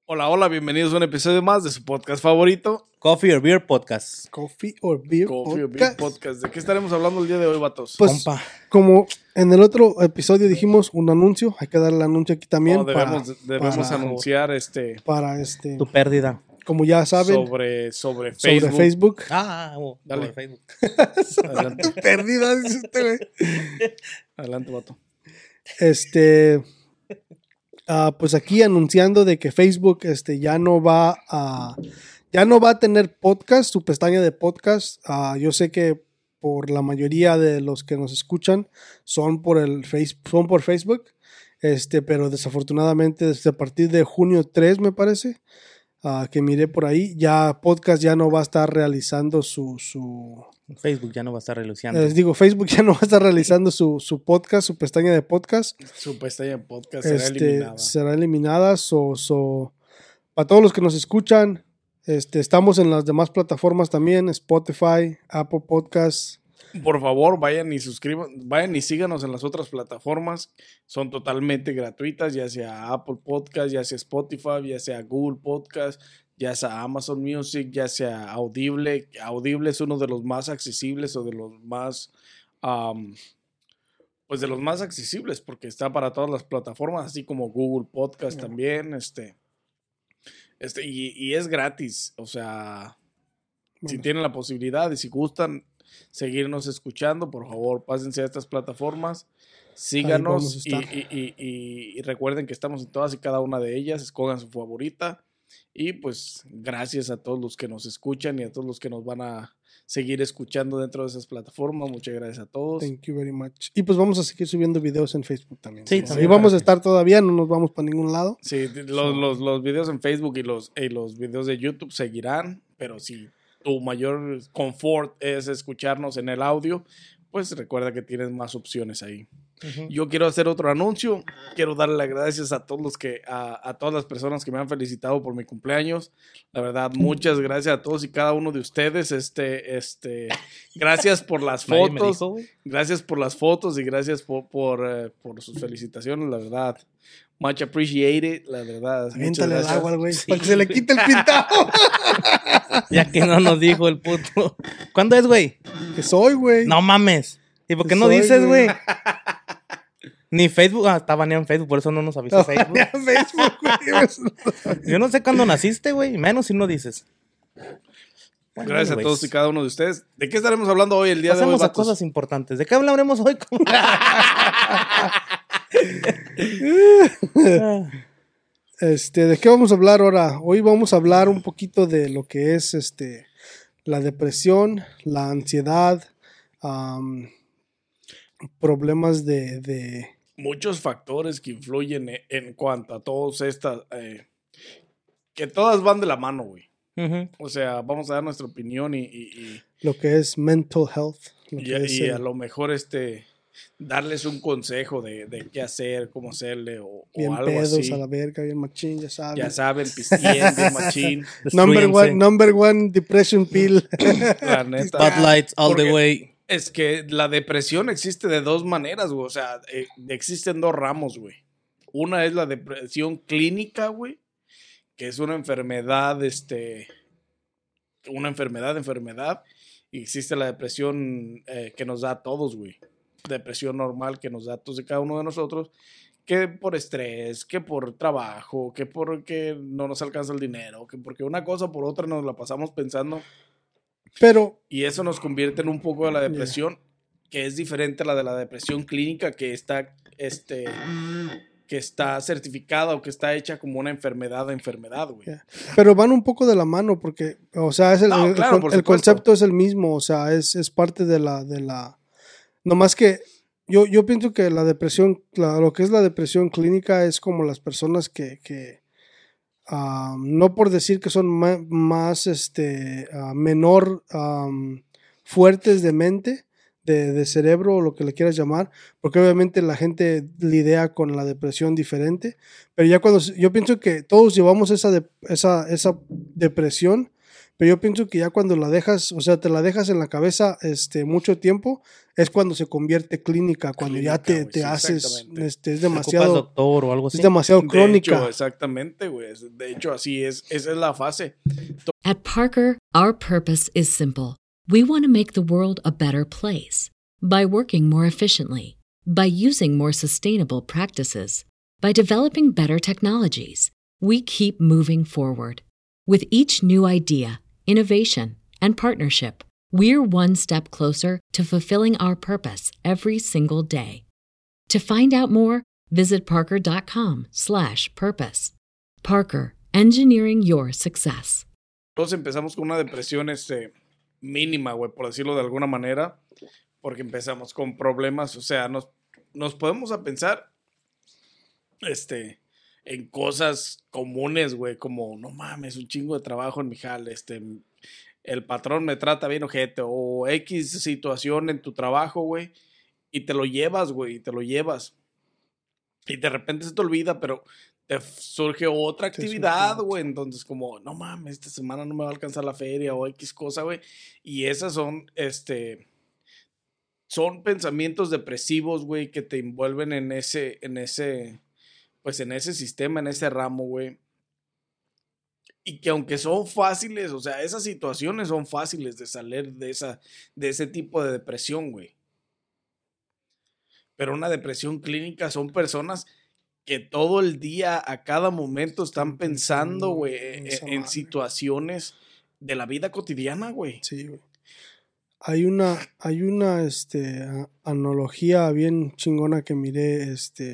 Hola, hola, bienvenidos a un episodio más de su podcast favorito. Coffee or Beer Podcast. Coffee or Beer Podcast. ¿De qué estaremos hablando el día de hoy, vatos? Pues, Compa. como en el otro episodio dijimos un anuncio, hay que darle el anuncio aquí también. Debemos anunciar Tu pérdida. Como ya saben, sobre sobre Facebook. Dale. Por Facebook. Adelante, Tu pérdida, dice este güey. adelante, vato. Pues aquí anunciando de que Facebook ya no va a tener podcast, su pestaña de podcast. Yo sé que por la mayoría de los que nos escuchan son por Facebook, pero desafortunadamente desde a partir de junio 3 me parece, que miré por ahí, ya podcast ya no va a estar realizando su Facebook ya no va a estar reluciendo. Facebook ya no va a estar realizando su podcast, su pestaña de podcast. Su pestaña de podcast será será eliminada. Para todos los que nos escuchan, estamos en las demás plataformas también, Spotify, Apple Podcasts. Por favor, vayan y síganos en las otras plataformas. Son totalmente gratuitas, ya sea Apple Podcast, ya sea Spotify, ya sea Google Podcast, ya sea Amazon Music, ya sea Audible. Audible es uno de los más accesibles o de los más, pues de los más accesibles porque está para todas las plataformas, así como Google Podcast también, y es gratis. O sea, si tienen la posibilidad y si gustan seguirnos escuchando, por favor, pásense a estas plataformas, síganos y recuerden que estamos en todas y cada una de ellas, escojan su favorita. Y pues gracias a todos los que nos escuchan y a todos los que nos van a seguir escuchando dentro de esas plataformas. Muchas gracias a todos. Thank you very much. Y pues vamos a seguir subiendo videos en Facebook también. Sí, y vamos a estar todavía, no nos vamos para ningún lado. Sí, los videos en Facebook y los videos de YouTube seguirán, pero si tu mayor confort es escucharnos en el audio, pues recuerda que tienes más opciones ahí. Uh-huh. Yo quiero hacer otro anuncio. Quiero darle las gracias a todos a todas las personas que me han felicitado por mi cumpleaños. La verdad, muchas gracias a todos y cada uno de ustedes. Gracias por las fotos. Gracias por las fotos y gracias por sus felicitaciones. La verdad, much appreciated. La verdad. Aviéntale el agua al güey, sí, para que se le quite el pintado. Ya que no nos dijo el puto. ¿Cuándo es, güey? Que soy, güey. No mames. ¿Y por qué no dices, güey? Ni Facebook. Está baneado en Facebook, por eso no nos avisó Facebook. Yo no sé cuándo naciste, güey. Menos si no dices. Bueno, gracias a todos y cada uno de ustedes. ¿De qué estaremos hablando hoy el día de hoy? Pasemos a cosas importantes. ¿De qué hablaremos hoy? ¿De qué vamos a hablar ahora? Hoy vamos a hablar un poquito de lo que es la depresión, la ansiedad, problemas de muchos factores que influyen en cuanto a todas estas, que todas van de la mano, güey. Uh-huh. O sea, vamos a dar nuestra opinión y lo que es mental health. A lo mejor darles un consejo de qué hacer, cómo hacerle o algo pedos así. A la verga, bien machín, ya saben. Ya saben, pisteando, bien machín. number one depression pill. La neta. Spotlights all the way. Es que la depresión existe de dos maneras, güey. O sea, existen dos ramos, güey. Una es la depresión clínica, güey, que es una enfermedad, una enfermedad. Y existe la depresión que nos da a todos, güey. Depresión normal que nos da a todos y cada uno de nosotros, que por estrés, que por trabajo, que porque no nos alcanza el dinero, que porque una cosa por otra nos la pasamos pensando. Y eso nos convierte en un poco de la depresión, que es diferente a la de la depresión clínica, que está certificada o que está hecha como una enfermedad, güey. Pero van un poco de la mano porque, o sea, el concepto es el mismo, o sea, es parte de la nomás que yo pienso que la depresión, lo que es la depresión clínica es como las personas que no por decir que son más menor fuertes de mente, de cerebro o lo que le quieras llamar, porque obviamente la gente lidia con la depresión diferente, pero ya yo pienso que todos llevamos esa depresión, Pero yo pienso que ya cuando la dejas, o sea, te la dejas en la cabeza mucho tiempo, es cuando se convierte clínica, cuando ya te haces, es demasiado... doctor o algo así. Es demasiado crónica. De hecho, exactamente, güey. De hecho, así es. Esa es la fase. At Parker, our purpose is simple. We want to make the world a better place. By working more efficiently, by using more sustainable practices, by developing better technologies, we keep moving forward. With each new idea, innovation, and partnership, we're one step closer to fulfilling our purpose every single day. To find out more, visit parker.com/purpose. Parker, engineering your success. Todos empezamos con una depresión mínima, güey, por decirlo de alguna manera, porque empezamos con problemas, o sea, nos podemos a pensar en cosas comunes, güey, como, no mames, un chingo de trabajo en mi jale, el patrón me trata bien ojete, o X situación en tu trabajo, güey, y te lo llevas, güey, y de repente se te olvida, pero te surge otra actividad, güey, entonces como, no mames, esta semana no me va a alcanzar la feria, o X cosa, güey, y esas son, son pensamientos depresivos, güey, que te envuelven en ese sistema, en ese ramo, güey. Y que aunque son fáciles, o sea, esas situaciones son fáciles de salir de ese tipo de depresión, güey. Pero una depresión clínica son personas que todo el día, a cada momento, están pensando, güey, en situaciones de la vida cotidiana, güey. Sí, güey. Hay una analogía bien chingona que miré,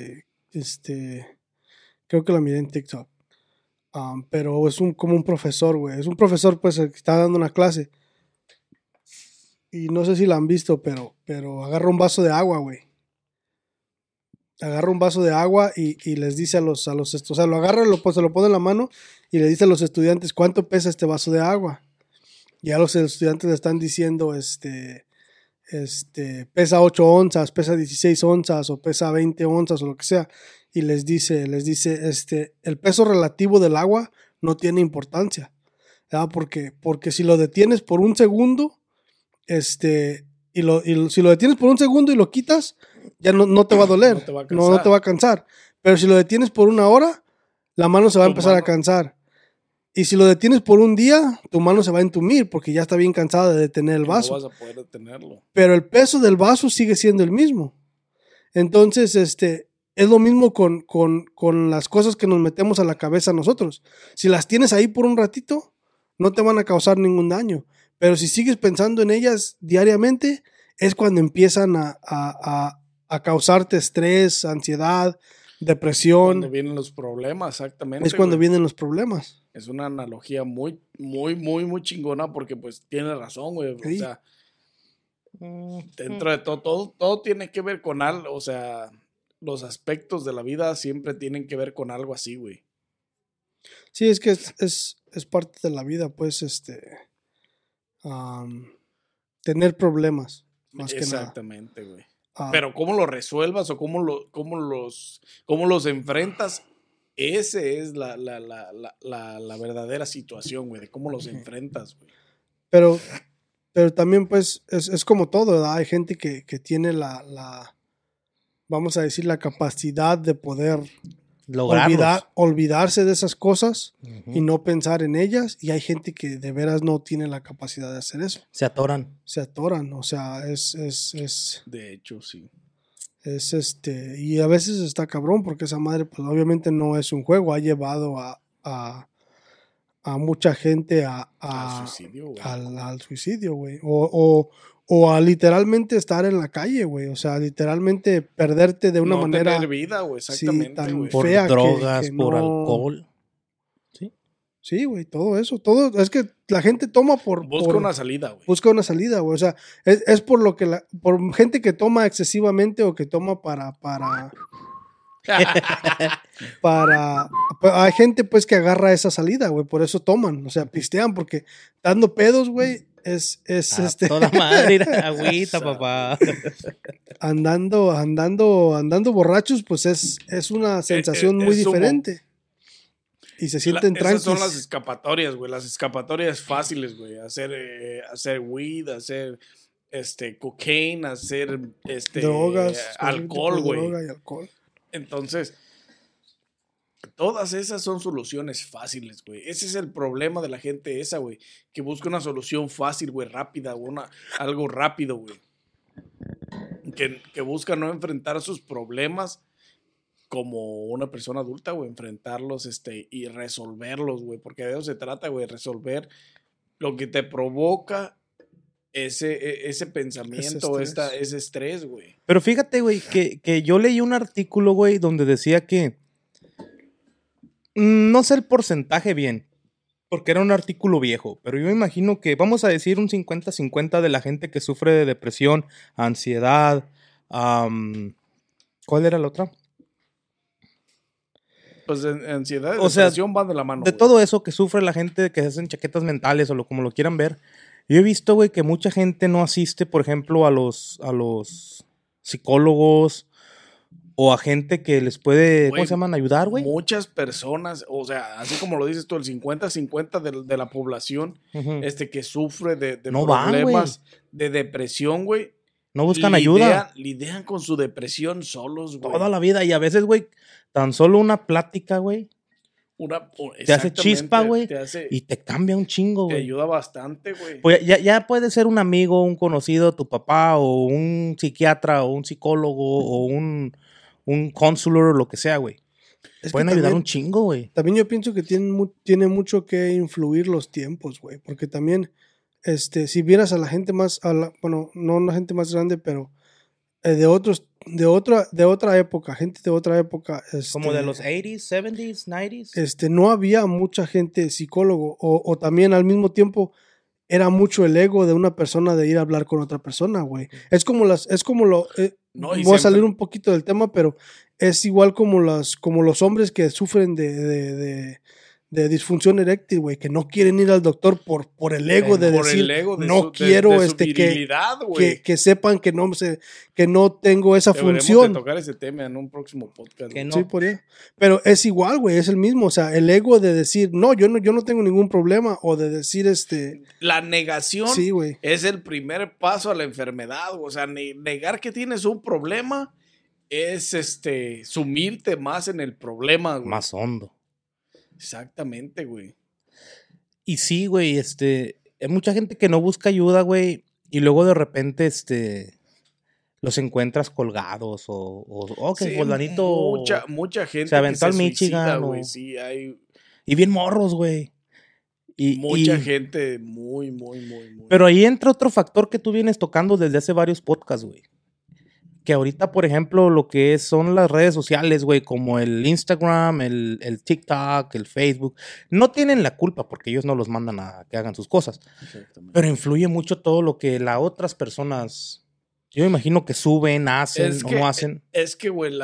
creo que la miré en TikTok. Pero es como un profesor, güey. Es un profesor, pues, que está dando una clase. Y no sé si la han visto, pero agarra un vaso de agua, güey. Agarra un vaso de agua y les dice o sea, lo agarra, se lo pone en la mano y le dice a los estudiantes cuánto pesa este vaso de agua. Ya los estudiantes le están diciendo, pesa 8 onzas, pesa 16 onzas o pesa 20 onzas o lo que sea. Y les dice, el peso relativo del agua no tiene importancia, ¿verdad? Porque si lo detienes por un segundo, si lo detienes por un segundo y lo quitas, ya no te va a doler, no te va a cansar. Pero si lo detienes por una hora, la mano se va a empezar a cansar. Y si lo detienes por un día, tu mano se va a entumir porque ya está bien cansada de detener el vaso. No vas a poder detenerlo. Pero el peso del vaso sigue siendo el mismo. Entonces, es lo mismo con las cosas que nos metemos a la cabeza nosotros. Si las tienes ahí por un ratito, no te van a causar ningún daño. Pero si sigues pensando en ellas diariamente, es cuando empiezan a causarte estrés, ansiedad, depresión. Cuando vienen los problemas, exactamente. Es cuando vienen los problemas. Es una analogía muy, muy, muy, muy chingona porque pues tiene razón, güey. Sí. O sea, dentro de todo tiene que ver con algo, o sea, los aspectos de la vida siempre tienen que ver con algo así, güey. Sí, es que es parte de la vida, pues, tener problemas, más que nada. Exactamente, güey. Pero cómo lo resuelvas o cómo los enfrentas, ese es la verdadera situación, güey, de cómo los enfrentas, güey. Pero también, pues, es como todo, ¿verdad? Hay gente que tiene vamos a decir, la capacidad de poder olvidarse de esas cosas y no pensar en ellas, y hay gente que de veras no tiene la capacidad de hacer eso. Se atoran, o sea, es de hecho, sí. Y a veces está cabrón porque esa madre, pues obviamente no es un juego, ha llevado a mucha gente al suicidio, güey. O a literalmente estar en la calle, güey. O sea, literalmente perderte de una manera. No tener vida, güey, exactamente, sí, tan güey. Por fea drogas, que por no... alcohol. Sí, güey, todo eso. Todo, es que la gente toma Busca una salida, güey. Busca una salida, güey. O sea, es por lo que por gente que toma excesivamente o que toma para hay gente pues que agarra esa salida, güey, por eso toman, o sea, pistean, porque dando pedos, güey, es toda madre, agüita, papá. andando borrachos, pues es una sensación muy diferente. y se sienten tranquilos. Esas son las escapatorias, güey. Las escapatorias fáciles, güey. Hacer weed, hacer cocaine, hacer drogas, alcohol, güey. Droga y alcohol. Entonces, todas esas son soluciones fáciles, güey. Ese es el problema de la gente esa, güey. Que busca una solución fácil, güey, rápida, algo rápido, güey. Que busca no enfrentar sus problemas como una persona adulta, güey. Enfrentarlos y resolverlos, güey. Porque de eso se trata, güey. Resolver lo que te provoca ese pensamiento, ese estrés, güey. Pero fíjate, güey, que yo leí un artículo, güey, donde decía que no sé el porcentaje bien, porque era un artículo viejo, pero yo imagino que, vamos a decir, un 50-50 de la gente que sufre de depresión, ansiedad, ¿cuál era la otra? Pues ansiedad y depresión van de la mano. De güey. Todo eso que sufre la gente que se hacen chaquetas mentales o como lo quieran ver, yo he visto, güey, que mucha gente no asiste, por ejemplo, a los psicólogos o a gente que les puede, ¿cómo se llaman? Ayudar, güey. Muchas personas, o sea, así como lo dices tú, el 50-50 de la población que sufre de problemas de depresión, güey. No buscan ayuda. Lidian con su depresión solos, güey. Toda la vida. Y a veces, güey, tan solo una plática, güey, te hace chispa, güey, y te cambia un chingo, güey. Te ayuda bastante, güey. Pues ya puede ser un amigo, un conocido, tu papá, o un psiquiatra, o un psicólogo, o un counselor, o lo que sea, güey. Pueden ayudar un chingo, güey. También yo pienso que tiene mucho que influir los tiempos, güey. Porque también, si vieras a la gente más, bueno, no la gente más grande, pero de otra época, gente de otra época. Como de los 80s, 70s, 90s. No había mucha gente psicólogo, o también al mismo tiempo era mucho el ego de una persona de ir a hablar con otra persona, güey. Voy a salir un poquito del tema, pero es igual como los hombres que sufren de disfunción eréctil, güey, que no quieren ir al doctor por el ego de decir, no quiero que sepan que no tengo esa función. Deberíamos de tocar ese tema en un próximo podcast. Que no. Sí, por ahí. Pero es igual, güey, es el mismo, o sea, el ego de decir, no, yo no tengo ningún problema, o de decir La negación sí, güey, es el primer paso a la enfermedad, o sea, negar que tienes un problema es sumirte más en el problema, güey. Más hondo. Exactamente, güey. Y sí, güey, hay mucha gente que no busca ayuda, güey, y luego de repente, los encuentras colgados o que sí, fulanito mucha gente se aventó al Michigan, güey, sí, hay y bien morros, güey. Mucha gente muy. Pero ahí entra otro factor que tú vienes tocando desde hace varios podcasts, güey. Que ahorita, por ejemplo, lo que son las redes sociales, güey, como el Instagram, el TikTok, el Facebook, no tienen la culpa porque ellos no los mandan a que hagan sus cosas. Pero influye mucho todo lo que las otras personas, yo me imagino que suben, hacen o no hacen. Es que, güey,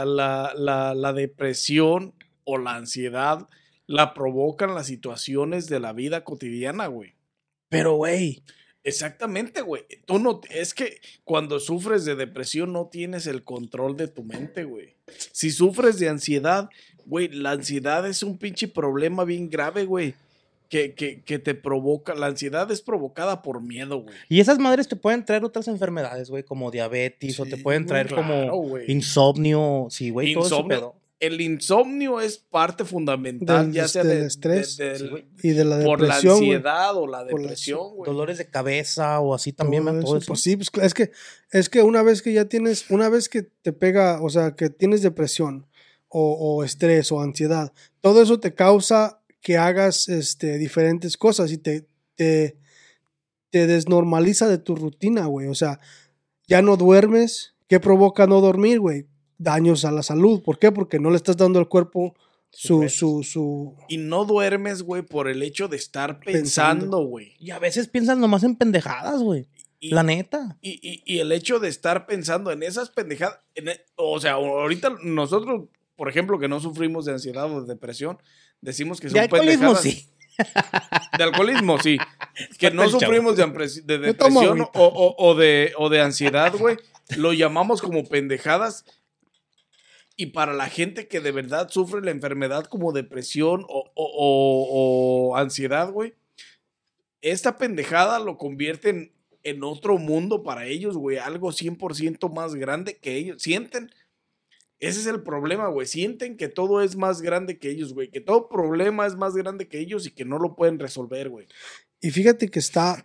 la depresión o la ansiedad la provocan las situaciones de la vida cotidiana, güey. Pero, güey. Exactamente, güey. Es que cuando sufres de depresión no tienes el control de tu mente, güey. Si sufres de ansiedad, güey, la ansiedad es un pinche problema bien grave, güey. Que te provoca. La ansiedad es provocada por miedo, güey. Y esas madres te pueden traer otras enfermedades, güey, como diabetes, sí, o te pueden traer como insomnio. Sí, güey, todo ese pedo. El insomnio es parte fundamental, ya sea del estrés y de la depresión, por la ansiedad o la depresión, güey. Dolores de cabeza o así también, todo eso. Pues sí, pues es que una vez que te pega, o sea, que tienes depresión o estrés o ansiedad, todo eso te causa que hagas diferentes cosas y te desnormaliza de tu rutina, güey. O sea, ya no duermes. ¿Qué provoca no dormir, güey? Daños a la salud. ¿Por qué? Porque no le estás dando al cuerpo su... Y no duermes, güey, por el hecho de estar pensando, güey. Y a veces piensas nomás en pendejadas, güey. La neta. Y el hecho de estar pensando en esas pendejadas... o sea, ahorita nosotros, por ejemplo, que no sufrimos de ansiedad o de depresión, decimos que son pendejadas. Sí. De alcoholismo, sí. Que no sufrimos de depresión o de ansiedad, güey. Lo llamamos como pendejadas. Y para la gente que de verdad sufre la enfermedad como depresión o ansiedad, güey, esta pendejada lo convierte en otro mundo para ellos, güey. Algo 100% más grande que ellos. Sienten, ese es el problema, güey. Sienten que todo es más grande que ellos, güey. Que todo problema es más grande que ellos y que no lo pueden resolver, güey. Y fíjate que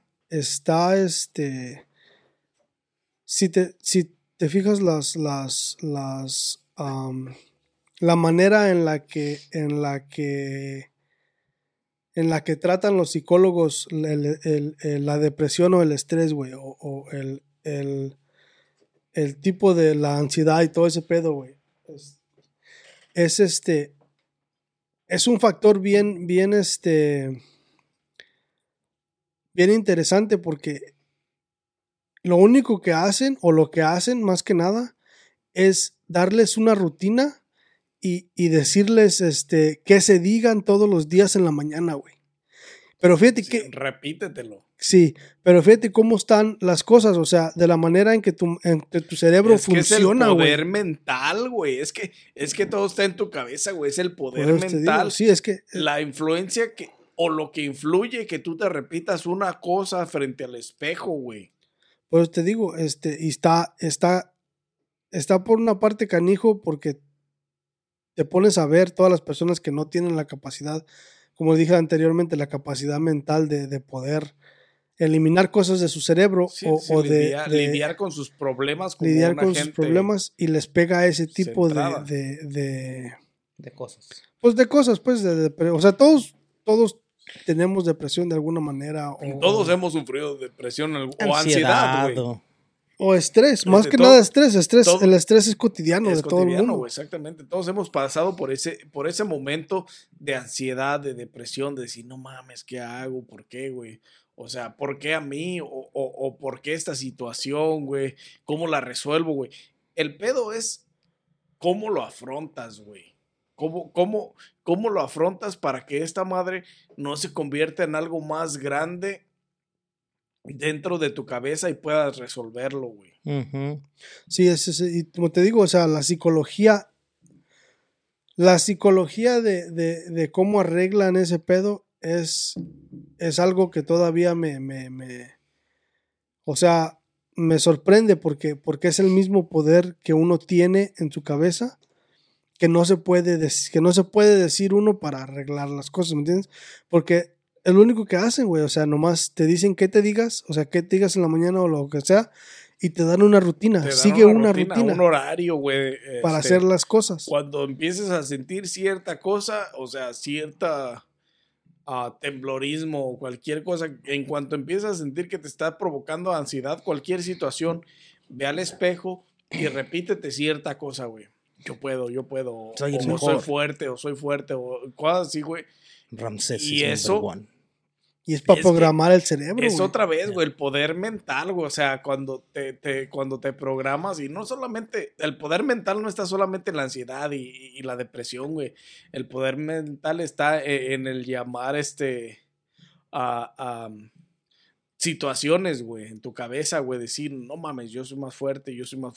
si te fijas la manera en la que tratan los psicólogos la depresión o el estrés, güey, o el tipo de la ansiedad y todo ese pedo, güey. Es un factor bien interesante porque lo único que hacen, o lo que hacen más que nada, es darles una rutina y decirles que se digan todos los días en la mañana, güey. Pero fíjate que... Repítetelo. Sí, pero fíjate cómo están las cosas, o sea, de la manera en que tu cerebro funciona, güey. Es el poder mental, güey. Es que todo está en tu cabeza, güey. Es el poder mental. Sí, es que... La influencia o lo que influye que tú te repitas una cosa frente al espejo, güey. Pues te digo, y está por una parte canijo porque te pones a ver todas las personas que no tienen la capacidad, como dije anteriormente, la capacidad mental de poder eliminar cosas de su cerebro lidiar con sus problemas, como lidiar con sus problemas, y les pega ese tipo de cosas. Pues de cosas, pues, o sea, todos tenemos depresión de alguna manera. Todos hemos sufrido depresión o ansiedad, güey. O estrés, más que nada estrés. El estrés es cotidiano de todo el mundo. Wey, exactamente. Todos hemos pasado por ese momento de ansiedad, de depresión, de decir, no mames, ¿qué hago? ¿Por qué, güey? O sea, ¿por qué a mí? O ¿por qué esta situación, güey? ¿Cómo la resuelvo, güey? El pedo es cómo lo afrontas, güey. ¿Cómo lo afrontas para que esta madre no se convierta en algo más grande dentro de tu cabeza y puedas resolverlo, güey? Uh-huh. Sí, y como te digo, o sea, la psicología de cómo arreglan ese pedo es algo que todavía o sea, me sorprende porque es el mismo poder que uno tiene en su cabeza que no se puede decir uno para arreglar las cosas, ¿me entiendes? Porque es lo único que hacen, güey, o sea, nomás te dicen qué te digas, o sea, qué te digas en la mañana o lo que sea, y te dan una rutina, sigue una rutina, un horario, güey, para hacer las cosas. Cuando empieces a sentir cierta cosa, o sea, cierta temblorismo o cualquier cosa, en cuanto empiezas a sentir que te está provocando ansiedad, cualquier situación, ve al espejo y repítete cierta cosa, güey. Yo puedo, soy fuerte, o cosas así, güey. Ramsés y eso, y es para programar el cerebro. Es otra vez, güey, el poder mental, güey. O sea, cuando te programas, y no solamente, el poder mental no está solamente en la ansiedad y la depresión, güey. El poder mental está en el llamar situaciones, güey, en tu cabeza, güey, decir, no mames, yo soy más fuerte.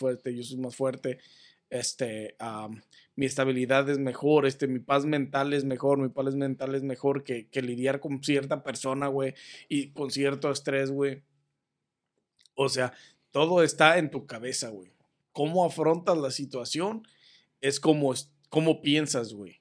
Mi estabilidad es mejor, mi paz mental es mejor, que lidiar con cierta persona, güey, y con cierto estrés, güey. O sea, todo está en tu cabeza, güey. Cómo afrontas la situación es como piensas, güey.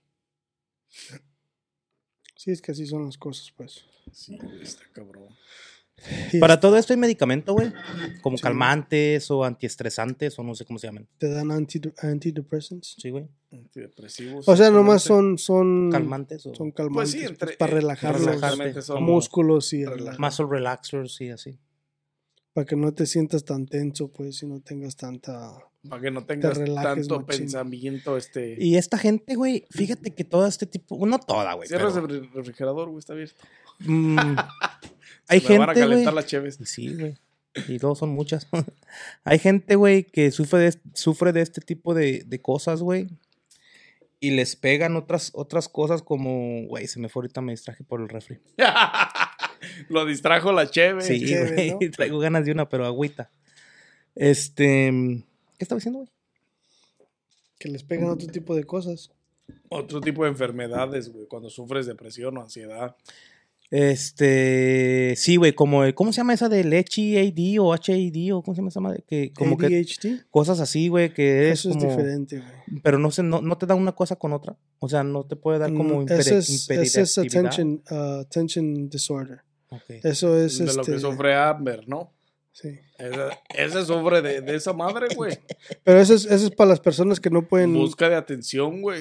Sí, es que así son las cosas, pues. Sí, güey, está cabrón. Para todo esto hay medicamento, güey, como calmantes o antiestresantes o no sé cómo se llaman. ¿Te dan antidepressants? Sí, güey. Antidepresivos. O sea, nomás son calmantes. Son calmantes, pues sí, para relajar los músculos y muscle relaxers y así. Para que no te sientas tan tenso, pues, y no tengas para que no tengas tanto pensamiento, Y esta gente, güey, fíjate que todo este tipo, no toda, güey. Cierras el refrigerador, güey, está abierto. Hay gente, van a calentar las cheves. Sí, güey. Y luego son muchas. Hay gente, güey, que sufre de este tipo de cosas, güey. Y les pegan otras cosas como, güey, se me fue ahorita, me distraje por el refri. Lo distrajo la cheve. Sí, güey, ¿no? Traigo ganas de una, pero agüita. ¿Qué estaba diciendo, güey? que les pegan otro tipo de cosas. Otro tipo de enfermedades, güey, cuando sufres depresión o ansiedad. Sí, güey, ¿cómo se llama esa del HAD o HAD o cómo se llama esa? Que como ADHD. Que cosas así, güey, que eso es diferente, güey. Pero no te da una cosa con otra. O sea, no te puede dar como ese es attention disorder. Okay. Eso es de lo que sufre Amber, ¿no? Sí. Ese sufre de esa madre, güey. Pero eso es para las personas que no pueden... Busca de atención, güey.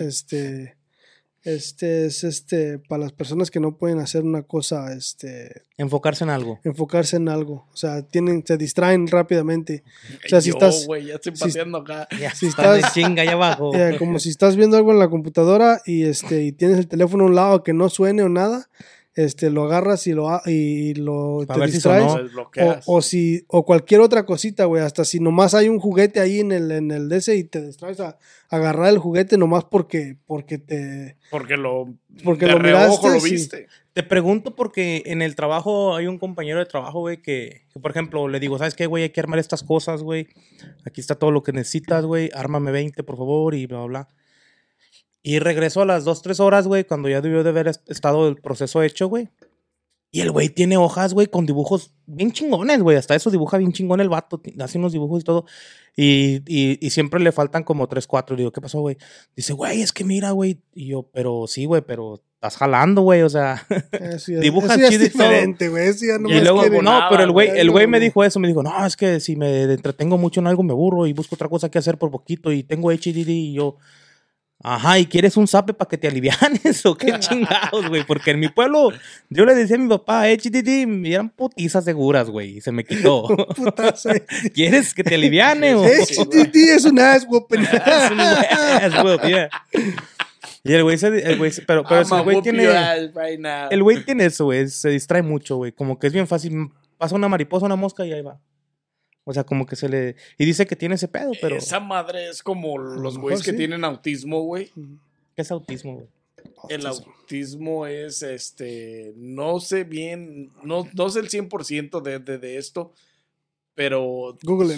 Para las personas que no pueden hacer una cosa, enfocarse en algo. O sea, se distraen rápidamente. O sea, si estás... güey, ya estoy pateando acá. Si estás de chinga allá abajo. Como si estás viendo algo en la computadora y tienes el teléfono a un lado que no suene o nada, lo agarras y te distraes. O cualquier otra cosita, güey. Hasta si nomás hay un juguete ahí en el DC y te distraes a agarrar el juguete nomás porque lo miraste. Lo viste. Sí. Te pregunto porque en el trabajo hay un compañero de trabajo, güey, que por ejemplo, le digo, ¿sabes qué, güey? Hay que armar estas cosas, güey. Aquí está todo lo que necesitas, güey. Ármame 20, por favor, y bla, bla, bla. Y regreso a las 2-3 horas, güey, cuando ya debió de haber estado el proceso hecho, güey. Y el güey tiene hojas, güey, con dibujos bien chingones, güey. Hasta eso dibuja bien chingón el vato. Hace unos dibujos y todo. Y siempre le faltan como 3-4. Digo, ¿qué pasó, güey? Dice, güey, es que mira, güey. Y yo, pero sí, güey, pero estás jalando, güey. O sea, dibujas chido y todo. Y luego, no, pero el güey me dijo eso. Me dijo, no, es que si me entretengo mucho en algo me aburro y busco otra cosa que hacer por poquito. Y tengo HDD y yo... Ajá, ¿y quieres un zape para que te alivianes o qué chingados, güey? Porque en mi pueblo yo le decía a mi papá, HDD, y eran putizas seguras, güey, y se me quitó. ¿Quieres que te aliviane? HDD es un ass whooping. Es un ass whoop, yeah. Y el güey pero el güey tiene... Right, el güey tiene eso, güey, se distrae mucho, güey, como que es bien fácil, pasa una mariposa, una mosca y ahí va. O sea, como que se le... Y dice que tiene ese pedo, pero... Esa madre es como los güeyes que tienen autismo, güey. ¿Qué es autismo, güey? El autismo es, no sé bien, no sé el 100% de esto, pero Google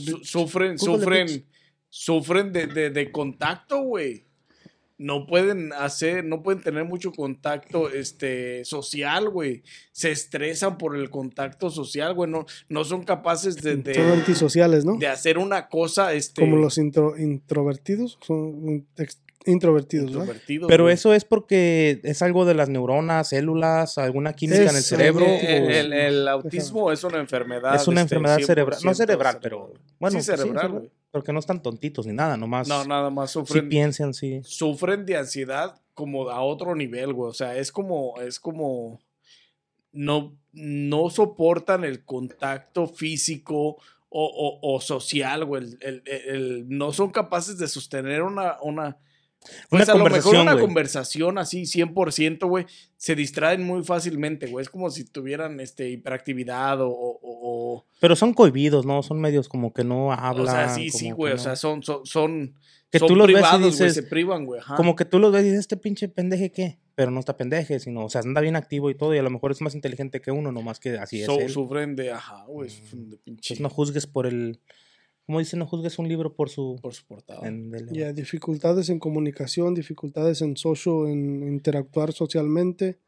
sufren de contacto, güey. No pueden tener mucho contacto social, güey. Se estresan por el contacto social, güey. No son capaces de son antisociales, ¿no? De hacer una cosa, como los introvertidos, son introvertidos, ¿no? Pero güey, eso es porque es algo de las neuronas, células, alguna química en el cerebro. El autismo es una enfermedad. Es una enfermedad cerebral. No cerebral, pero... Bueno, sí, cerebral, güey. Porque no están tontitos ni nada, nomás. No, nada más sufren. Sí piensan, sí. Sufren de ansiedad como a otro nivel, güey. O sea, es como no soportan el contacto físico o social, güey. No son capaces de sostener una pues a lo mejor una conversación así 100%, güey, se distraen muy fácilmente, güey. Es como si tuvieran hiperactividad o... Pero son cohibidos, ¿no? Son medios como que no hablan. O sea, sí, güey. No. O sea, son que tú los privados, ves y dices, güey, se privan, güey. Como que tú los ves y dices, ¿este pinche pendeje qué? Pero no está pendeje, sino, o sea, anda bien activo y todo, y a lo mejor es más inteligente que uno, nomás que así es él. Sufren de, güey, de pinche... Entonces no juzgues por el... ¿Cómo dicen? No juzgues un libro por su portada. Dificultades en comunicación, dificultades en interactuar socialmente.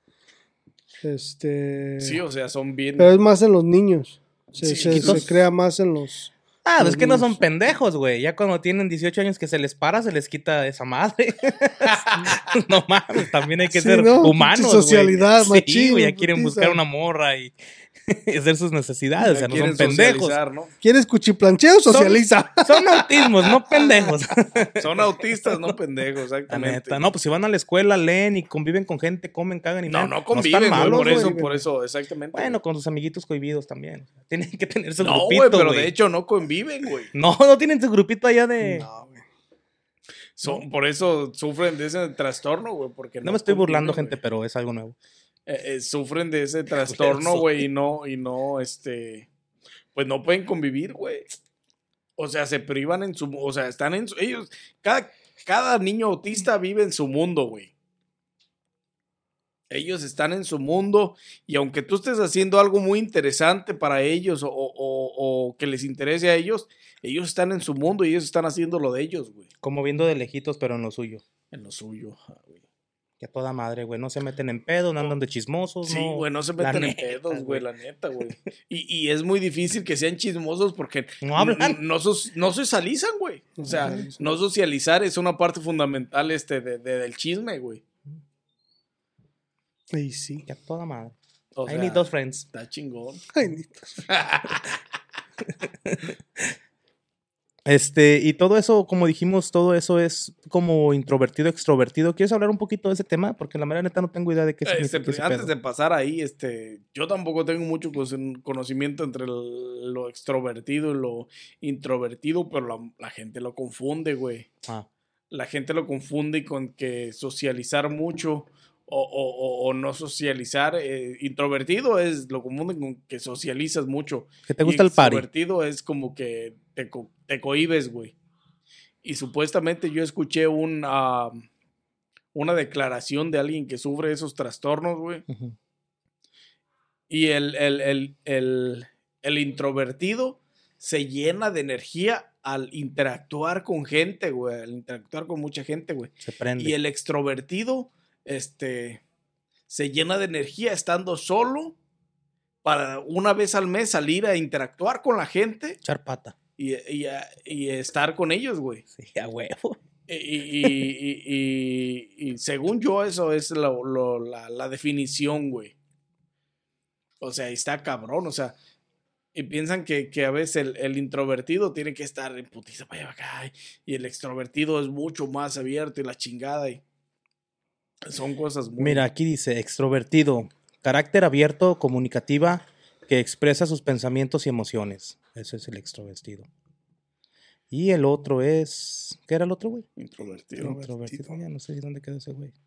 Sí, o sea, son bien... Pero es más en los niños. Se crea más en los... Es que no son pendejos, güey. Ya cuando tienen 18 años que se les quita esa madre. No mames, también hay que ser humanos, socialidad, güey. Sí, güey, ya quieren buscar una morra y hacer sus necesidades. O sea, no son pendejos. ¿No? ¿Quieres cuchiplancheo? Socializa. Son autismos, no pendejos. Son autistas, no pendejos, exactamente. No, pues si van a la escuela, leen y conviven con gente, comen, cagan y no conviven, malos, por eso, exactamente. Bueno, con sus amiguitos cohibidos también. Tienen que tener su grupito, güey, pero de hecho no conviven, güey. No tienen su grupito allá de... No, güey. Por eso sufren de ese trastorno, güey, porque no me estoy burlando, gente, pero es algo nuevo. Sufren de ese trastorno, güey, y no, pues no pueden convivir, güey. O sea, se privan o sea, están ellos, cada niño autista vive en su mundo, güey. Ellos están en su mundo y aunque tú estés haciendo algo muy interesante para ellos o que les interese a ellos están en su mundo y ellos están haciendo lo de ellos, güey. Como viendo de lejitos, pero en lo suyo. En lo suyo, güey. Que a toda madre, güey. No se meten en pedos, no andan de chismosos, sí, güey, no se meten en pedos, güey, la neta, güey. Y es muy difícil que sean chismosos porque no hablan. No socializan, güey. O sea, no socializar es una parte fundamental del chisme, güey. Y sí. Que a toda madre. O I need those friends. Está chingón. I need those friends. Y todo eso, como dijimos, todo eso es como introvertido, extrovertido. ¿Quieres hablar un poquito de ese tema? Porque la verdad neta no tengo idea de qué significa ese antes de pasar ahí, yo tampoco tengo mucho conocimiento entre lo extrovertido y lo introvertido, pero la gente lo confunde, güey. La gente lo confunde con que socializar mucho o no socializar. Introvertido lo confunden con que socializas mucho. Que te gusta el party. Extrovertido es como que te cohibes, güey. Y supuestamente yo escuché una declaración de alguien que sufre esos trastornos, güey. Uh-huh. Y el introvertido se llena de energía al interactuar con gente, güey. Al interactuar con mucha gente, güey. Se prende. Y el extrovertido se llena de energía estando solo para una vez al mes salir a interactuar con la gente. Echar pata. Y estar con ellos, güey. Sí, a huevo. Y según yo, eso es la definición, güey. O sea, está cabrón, o sea, y piensan que a veces el introvertido tiene que estar en putiza para allá acá, y el extrovertido es mucho más abierto y la chingada, y son cosas muy... Mira, aquí dice, extrovertido, carácter abierto, comunicativa, que expresa sus pensamientos y emociones. Ese es el extrovertido. Y el otro es... ¿Qué era el otro, güey? Introvertido. Ya no sé dónde quedó ese güey.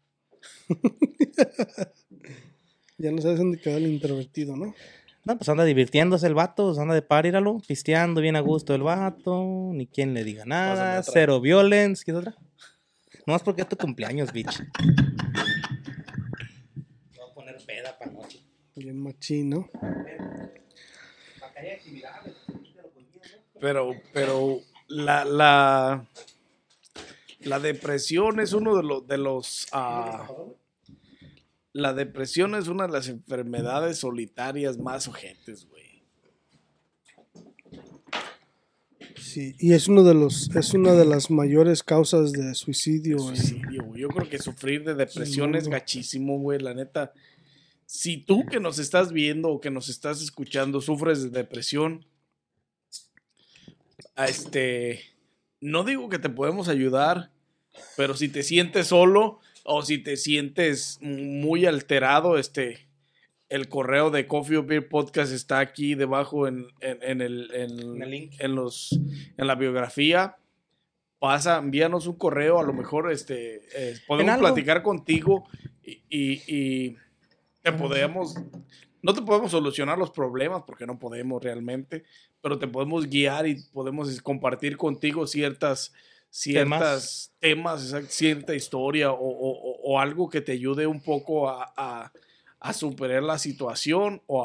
Ya no sabes dónde quedó el introvertido, ¿no? No, pues anda divirtiéndose el vato, anda de par, íralo, pisteando bien a gusto el vato, ni quien le diga nada, cero violence. ¿Qué es otra? Nomás porque es tu cumpleaños, bitch. Voy a poner peda para noche. Bien machín, ¿no? Pero la depresión es uno de los la depresión es una de las enfermedades solitarias más ojetes, güey. Sí, y es una de las mayores causas de suicidio, güey. Yo creo que sufrir de depresión es gachísimo, güey, la neta. Si tú que nos estás viendo o que nos estás escuchando sufres de depresión, no digo que te podemos ayudar, pero si te sientes solo o si te sientes muy alterado, el correo de Coffee or Beer Podcast está aquí debajo en el link, en la biografía. Envíanos un correo, a lo mejor podemos platicar contigo y no te podemos solucionar los problemas porque no podemos realmente, pero te podemos guiar y podemos compartir contigo ciertas temas, cierta historia o algo que te ayude un poco a superar la situación o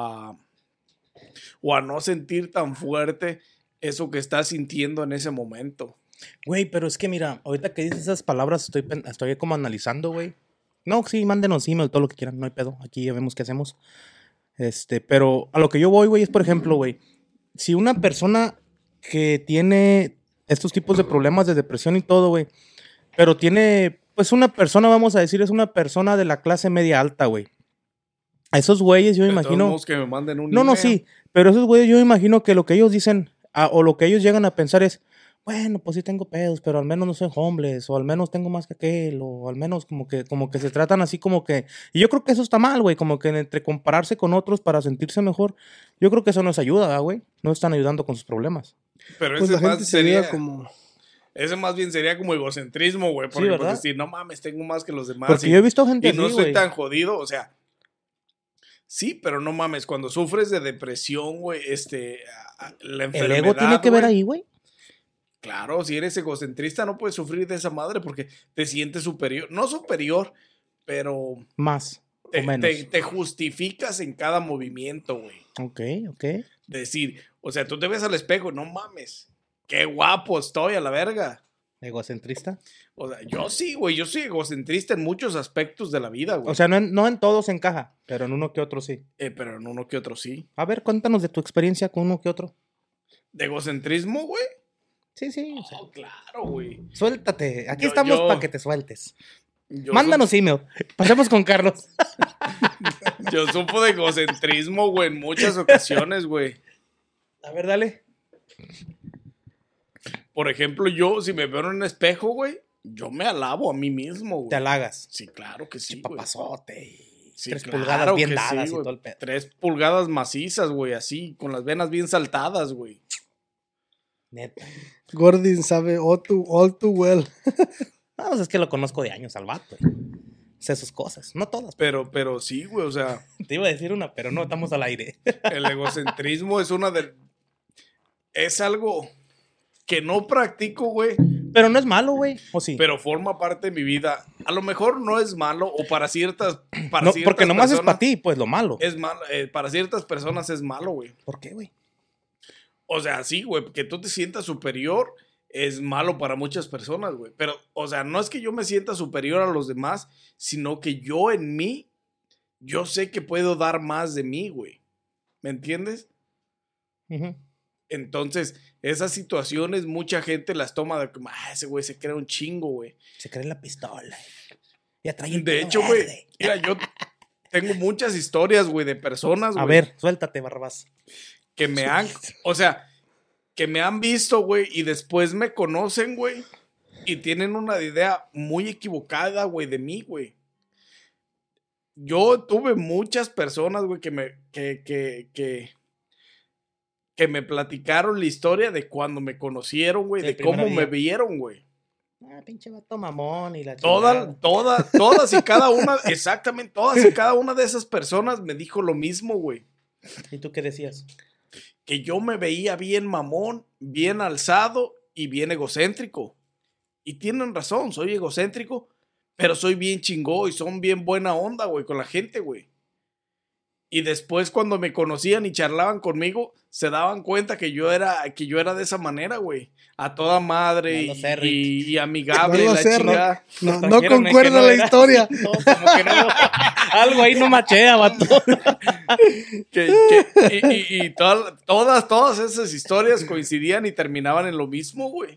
a no sentir tan fuerte eso que estás sintiendo en ese momento. Güey, pero es que mira, ahorita que dices esas palabras estoy como analizando, güey. No, sí, mándenos email, todo lo que quieran, no hay pedo. Aquí ya vemos qué hacemos. Pero a lo que yo voy, güey, es por ejemplo, güey, si una persona que tiene estos tipos de problemas de depresión y todo, güey, pero tiene, pues una persona, vamos a decir, es una persona de la clase media alta, güey. A esos güeyes yo imagino... Que me manden un email. No, sí, pero esos güeyes yo imagino que lo que ellos dicen, o lo que ellos llegan a pensar es, bueno, pues sí tengo pedos, pero al menos no soy homeless, o al menos tengo más que aquel, o al menos como que se tratan así como que... Y yo creo que eso está mal, güey, como que entre compararse con otros para sentirse mejor, yo creo que eso no es ayuda, güey. No están ayudando con sus problemas. Pero pues ese la gente sería como... Ese más bien sería como egocentrismo, güey, porque sí, pues decir, no mames, tengo más que los demás. Porque yo he visto gente así, no estoy tan jodido, o sea... Sí, pero no mames, cuando sufres de depresión, güey, la enfermedad... ¿El ego tiene que ver ahí, güey? Claro, si eres egocentrista no puedes sufrir de esa madre porque te sientes superior. No superior, pero... Más. te justificas en cada movimiento, güey. Ok. Decir, o sea, tú te ves al espejo, no mames, qué guapo estoy a la verga. ¿Egocentrista? O sea, yo sí, güey, yo soy egocentrista en muchos aspectos de la vida, güey. O sea, no en todos encaja, pero en uno que otro sí. Pero en uno que otro sí. A ver, cuéntanos de tu experiencia con uno que otro. ¿De egocentrismo, güey? Sí. Oh, claro, güey. Suéltate, aquí estamos para que te sueltes. Mándanos email. Pasemos con Carlos. Yo supo de egocentrismo, güey, en muchas ocasiones, güey. A ver, dale. Por ejemplo, yo, si me veo en un espejo, güey, yo me alabo a mí mismo, güey. ¿Te halagas? Sí, claro que sí, güey. Papazote. Sí, 3 pulgadas bien dadas y todo el pedo. 3 pulgadas macizas, güey, así, con las venas bien saltadas, güey. Neta. Gordon sabe all too well. No, pues es que lo conozco de años al vato. Sé sus cosas, no todas. Pero sí, güey, o sea. Te iba a decir una, pero no, estamos al aire. El egocentrismo es algo que no practico, güey. Pero no es malo, güey, ¿o sí? Pero forma parte de mi vida. A lo mejor no es malo, o para ciertas porque nomás es para ti, pues, lo malo. Es malo, para ciertas personas es malo, güey. ¿Por qué, güey? O sea, sí, güey, que tú te sientas superior es malo para muchas personas, güey. Pero, o sea, no es que yo me sienta superior a los demás, sino que yo en mí, yo sé que puedo dar más de mí, güey. ¿Me entiendes? Uh-huh. Entonces, esas situaciones mucha gente las toma de como, ese güey se cree un chingo, güey. Se cree en la pistola. De hecho, güey, mira, yo tengo muchas historias, güey, de personas, güey. A ver, suéltate, Barrabás. Que me han, o sea, que me han visto, güey, y después me conocen, güey, y tienen una idea muy equivocada, güey, de mí, güey. Yo tuve muchas personas, güey, que me platicaron la historia de cuando me conocieron, güey, de cómo me vieron, güey. Pinche vato mamón y la Todas y cada una, exactamente, todas y cada una de esas personas me dijo lo mismo, güey. ¿Y tú qué decías? Que yo me veía bien mamón, bien alzado y bien egocéntrico. Y tienen razón, soy egocéntrico, pero soy bien chingón y son bien buena onda, güey, con la gente, güey. Y después cuando me conocían y charlaban conmigo, se daban cuenta que yo era de esa manera, güey. A toda madre y amigable. No concuerda la historia. No, como que no. Algo ahí no machea, vato. Y todas esas historias coincidían y terminaban en lo mismo, güey.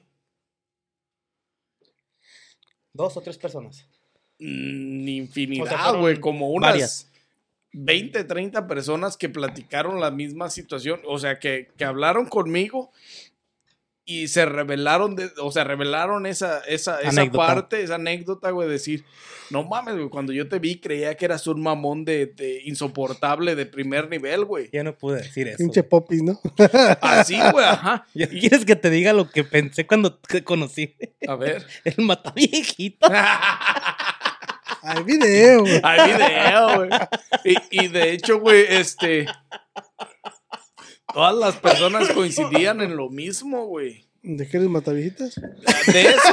2 o 3 personas. Infinidad, güey. Como unas varias. 20, 30 personas que platicaron la misma situación. O sea, que hablaron conmigo y se revelaron esa parte, esa anécdota, güey, decir, no mames, güey, cuando yo te vi creía que eras un mamón de insoportable de primer nivel, güey. Ya no pude decir eso. Pinche popis, ¿no? Así, güey, ajá. ¿Quieres que te diga lo que pensé cuando te conocí? A ver. El mataviejito. Hay video, güey. Hay video, güey. Y de hecho, güey, todas las personas coincidían en lo mismo, güey. ¿De qué eres mataviejitas? De eso.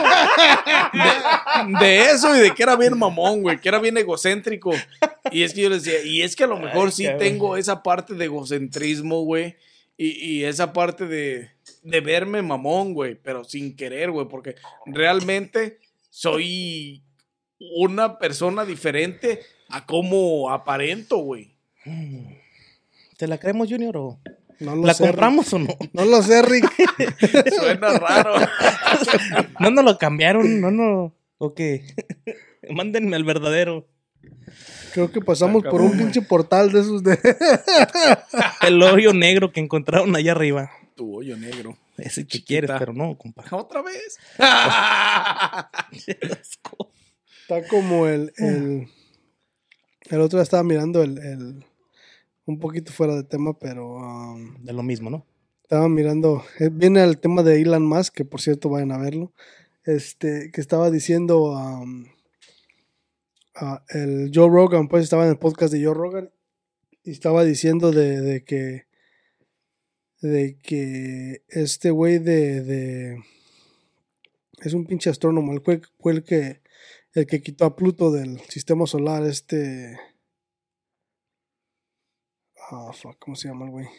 De eso y de que era bien mamón, güey. Que era bien egocéntrico. Y es que yo les decía, y es que a lo mejor sí tengo esa parte de egocentrismo, güey. Y esa parte de verme mamón, güey. Pero sin querer, güey. Porque realmente soy una persona diferente a cómo aparento, güey. ¿Te la creemos, Junior, o no la sé, compramos Rick. o no? No lo sé, Rick. Suena raro. No nos lo cambiaron, no. ¿O qué? Mándenme al verdadero. Creo que pasamos por un pinche portal de esos de... El hoyo negro que encontraron allá arriba. Tu hoyo negro. Ese que quieres, pero no, compa. ¿Otra vez? Está como el otro día estaba mirando un poquito fuera de tema, pero... de lo mismo, ¿no? Estaba mirando... Viene el tema de Elon Musk, que por cierto vayan a verlo. Que estaba diciendo... el Joe Rogan, pues estaba en el podcast de Joe Rogan. Y estaba diciendo de que este güey es un pinche astrónomo. Fue el que quitó a Pluto del sistema solar, ¿cómo se llama el güey?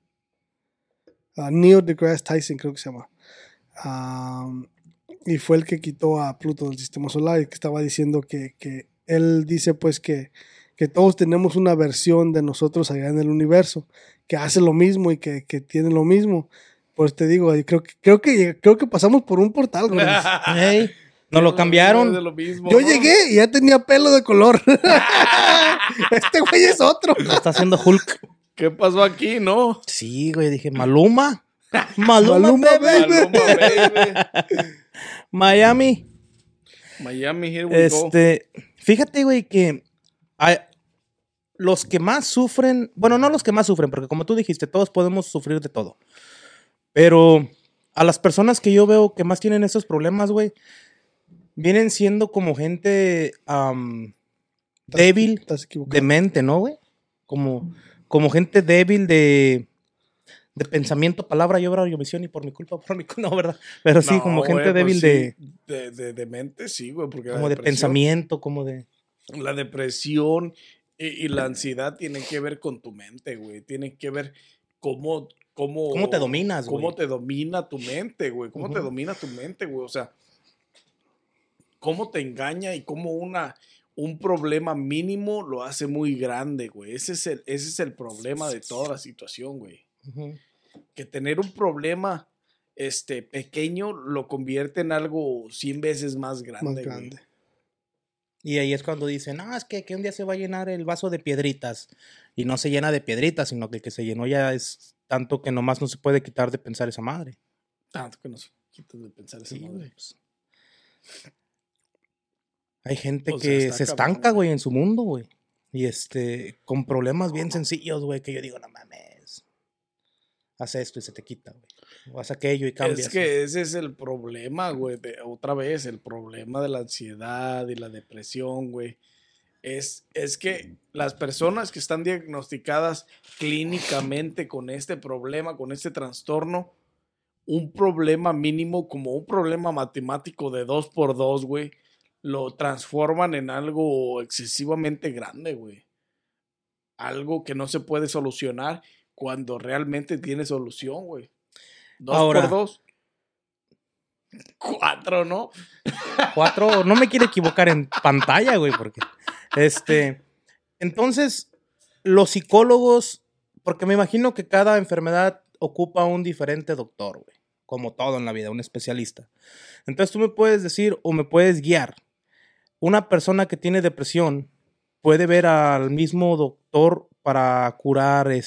Neil deGrasse Tyson creo que se llama. Y fue el que quitó a Pluto del sistema solar y que estaba diciendo que él dice pues que todos tenemos una versión de nosotros allá en el universo que hace lo mismo y que tiene lo mismo. Pues te digo, creo que pasamos por un portal, güey. Hey, nos lo cambiaron. De lo mismo, yo llegué y ya tenía pelo de color. Este güey es otro. Lo está haciendo Hulk. ¿Qué pasó aquí, no? Sí, güey, dije, Maluma, baby. Miami, here we go. Fíjate, güey, que los que más sufren, bueno, no los que más sufren, porque como tú dijiste, todos podemos sufrir de todo. Pero a las personas que yo veo que más tienen esos problemas, güey, vienen siendo como gente débil de mente, ¿no, güey? Como gente débil de pensamiento, palabra y obra y omisión, y por mi culpa, no, ¿verdad? Pero sí, como gente débil sí, de mente, sí, güey. Porque como de pensamiento, como de... La depresión y la ansiedad tienen que ver con tu mente, güey. Tienen que ver cómo te dominas, güey. Cómo te domina tu mente, güey. Cómo te domina tu mente, güey. O sea, cómo te engaña y cómo un problema mínimo lo hace muy grande, güey. Ese es el problema de toda la situación, güey. Uh-huh. Que tener un problema pequeño lo convierte en algo 100 veces más grande, güey. Y ahí es cuando dicen, no, es que un día se va a llenar el vaso de piedritas. Y no se llena de piedritas, sino que el que se llenó ya es tanto que nomás no se puede quitar de pensar esa madre. Tanto que no se quita de pensar esa madre. Pues. Hay gente que se estanca, güey, en su mundo, güey. Y con problemas bien sencillos, güey, que yo digo, no mames. Haz esto y se te quita, güey. O haz aquello y cambias. Es que ese es el problema, güey. Otra vez, el problema de la ansiedad y la depresión, güey. Es que las personas que están diagnosticadas clínicamente con este problema, con este trastorno, un problema mínimo, como un problema matemático de 2x2, güey, lo transforman en algo excesivamente grande, güey. Algo que no se puede solucionar cuando realmente tiene solución, güey. 2x2. 4, ¿no? 4, no me quiero equivocar en pantalla, güey, porque... Entonces, los psicólogos, porque me imagino que cada enfermedad ocupa un diferente doctor, güey, como todo en la vida, un especialista. Entonces tú me puedes decir o me puedes guiar. Una persona que tiene depresión puede ver al mismo doctor para curar ¿cuál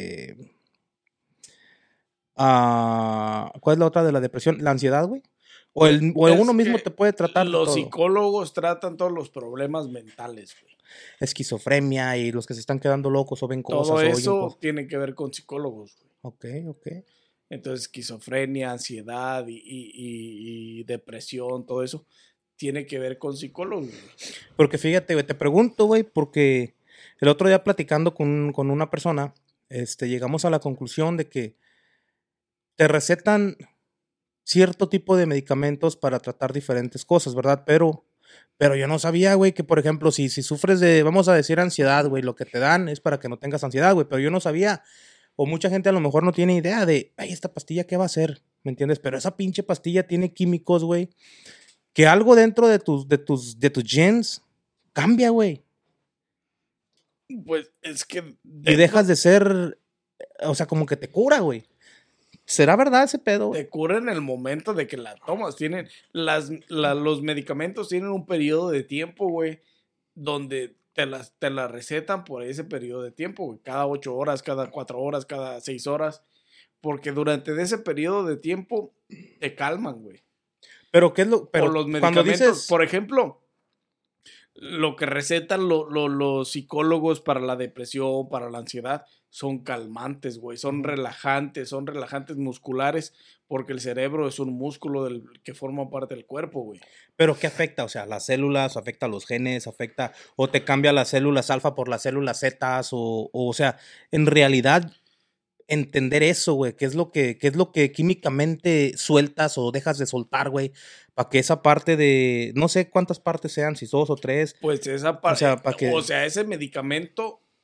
es la otra de la depresión? ¿La ansiedad, güey? O uno mismo te puede tratar los todo. Psicólogos tratan todos los problemas mentales, güey. Esquizofrenia y los que se están quedando locos o ven cosas. Todo eso tiene que ver con psicólogos, güey. Ok. Entonces, esquizofrenia, ansiedad y depresión, todo eso tiene que ver con psicólogos, güey. Porque fíjate, güey, te pregunto, güey, porque el otro día platicando con una persona, llegamos a la conclusión de que te recetan cierto tipo de medicamentos para tratar diferentes cosas, ¿verdad? Pero yo no sabía, güey, que por ejemplo, si sufres de, vamos a decir, ansiedad, güey, lo que te dan es para que no tengas ansiedad, güey, pero yo no sabía, o mucha gente a lo mejor no tiene idea de, ay, esta pastilla, ¿qué va a hacer? ¿Me entiendes? Pero esa pinche pastilla tiene químicos, güey, que algo dentro de tus genes cambia, güey. Pues es que... Y dejas de ser, o sea, como que te cura, güey. ¿Será verdad ese pedo? Te cura en el momento de que la tomas. Los medicamentos tienen un periodo de tiempo, güey, donde te la recetan por ese periodo de tiempo, güey. Cada 8 horas, cada 4 horas, cada 6 horas. Porque durante ese periodo de tiempo te calman, güey. Pero ¿qué es lo...? Pero por los medicamentos, por ejemplo, lo que recetan los psicólogos para la depresión, para la ansiedad, son calmantes, güey, son relajantes musculares, porque el cerebro es un músculo que forma parte del cuerpo, güey. ¿Pero qué afecta? O sea, ¿las células, afecta a los genes, afecta, o te cambia las células alfa por las células zetas, o sea, en realidad entender eso, güey, qué es lo que químicamente sueltas o dejas de soltar, güey, para que esa parte de, no sé cuántas partes sean, si 2 o 3. Pues esa parte, o sea, ese medicamento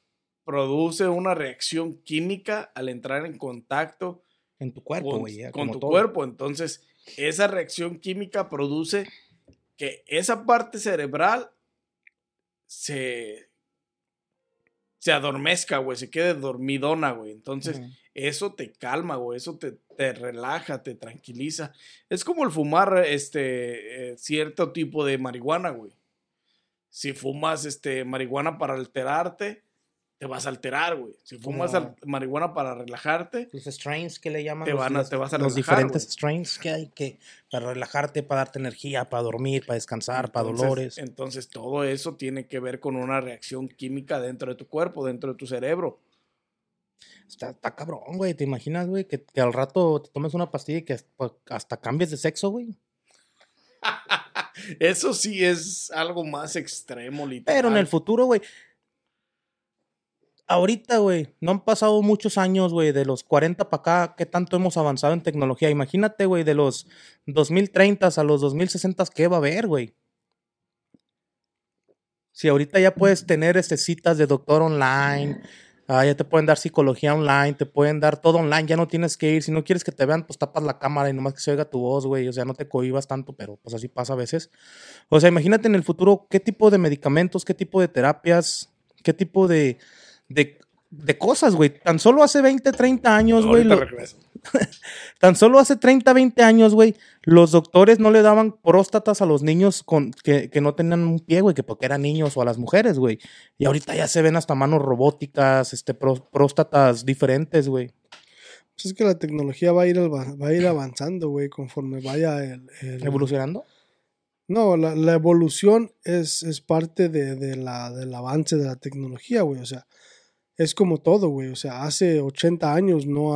produce una reacción química al entrar en contacto en tu cuerpo, con tu cuerpo. Entonces, esa reacción química produce que esa parte cerebral se adormezca, güey, se quede dormidona, güey. Entonces, eso te calma, güey, eso te relaja, te tranquiliza. Es como el fumar cierto tipo de marihuana, güey. Si fumas marihuana para alterarte, te vas a alterar, güey. Si fumas marihuana para relajarte, los strains que le llaman, te vas a relajar, los diferentes strains que hay para relajarte, para darte energía, para dormir, para descansar, para dolores. Entonces todo eso tiene que ver con una reacción química dentro de tu cuerpo, dentro de tu cerebro. Está cabrón, güey. ¿Te imaginas, güey, que al rato te tomes una pastilla y que hasta cambies de sexo, güey? Eso sí es algo más extremo, literal. Pero en el futuro, güey. Ahorita, güey, no han pasado muchos años, güey, de los 40 para acá, ¿qué tanto hemos avanzado en tecnología? Imagínate, güey, de los 2030 a los 2060, ¿qué va a haber, güey? Si ahorita ya puedes tener citas de doctor online, ya te pueden dar psicología online, te pueden dar todo online, ya no tienes que ir. Si no quieres que te vean, pues tapas la cámara y nomás que se oiga tu voz, güey. O sea, no te cohibas tanto, pero pues así pasa a veces. O sea, imagínate en el futuro qué tipo de medicamentos, qué tipo de terapias, qué tipo de cosas, güey. Tan solo hace 20, 30 años, güey. Tan solo hace 30, 20 años, güey, los doctores no le daban próstatas a los niños que no tenían un pie, güey, que porque eran niños, o a las mujeres, güey. Y ahorita ya se ven hasta manos robóticas, próstatas diferentes, güey. Pues es que la tecnología va a ir avanzando, güey, conforme vaya ¿Evolucionando? No, la evolución es parte del avance de la tecnología, güey. O sea, es como todo, güey. O sea, hace 80 años no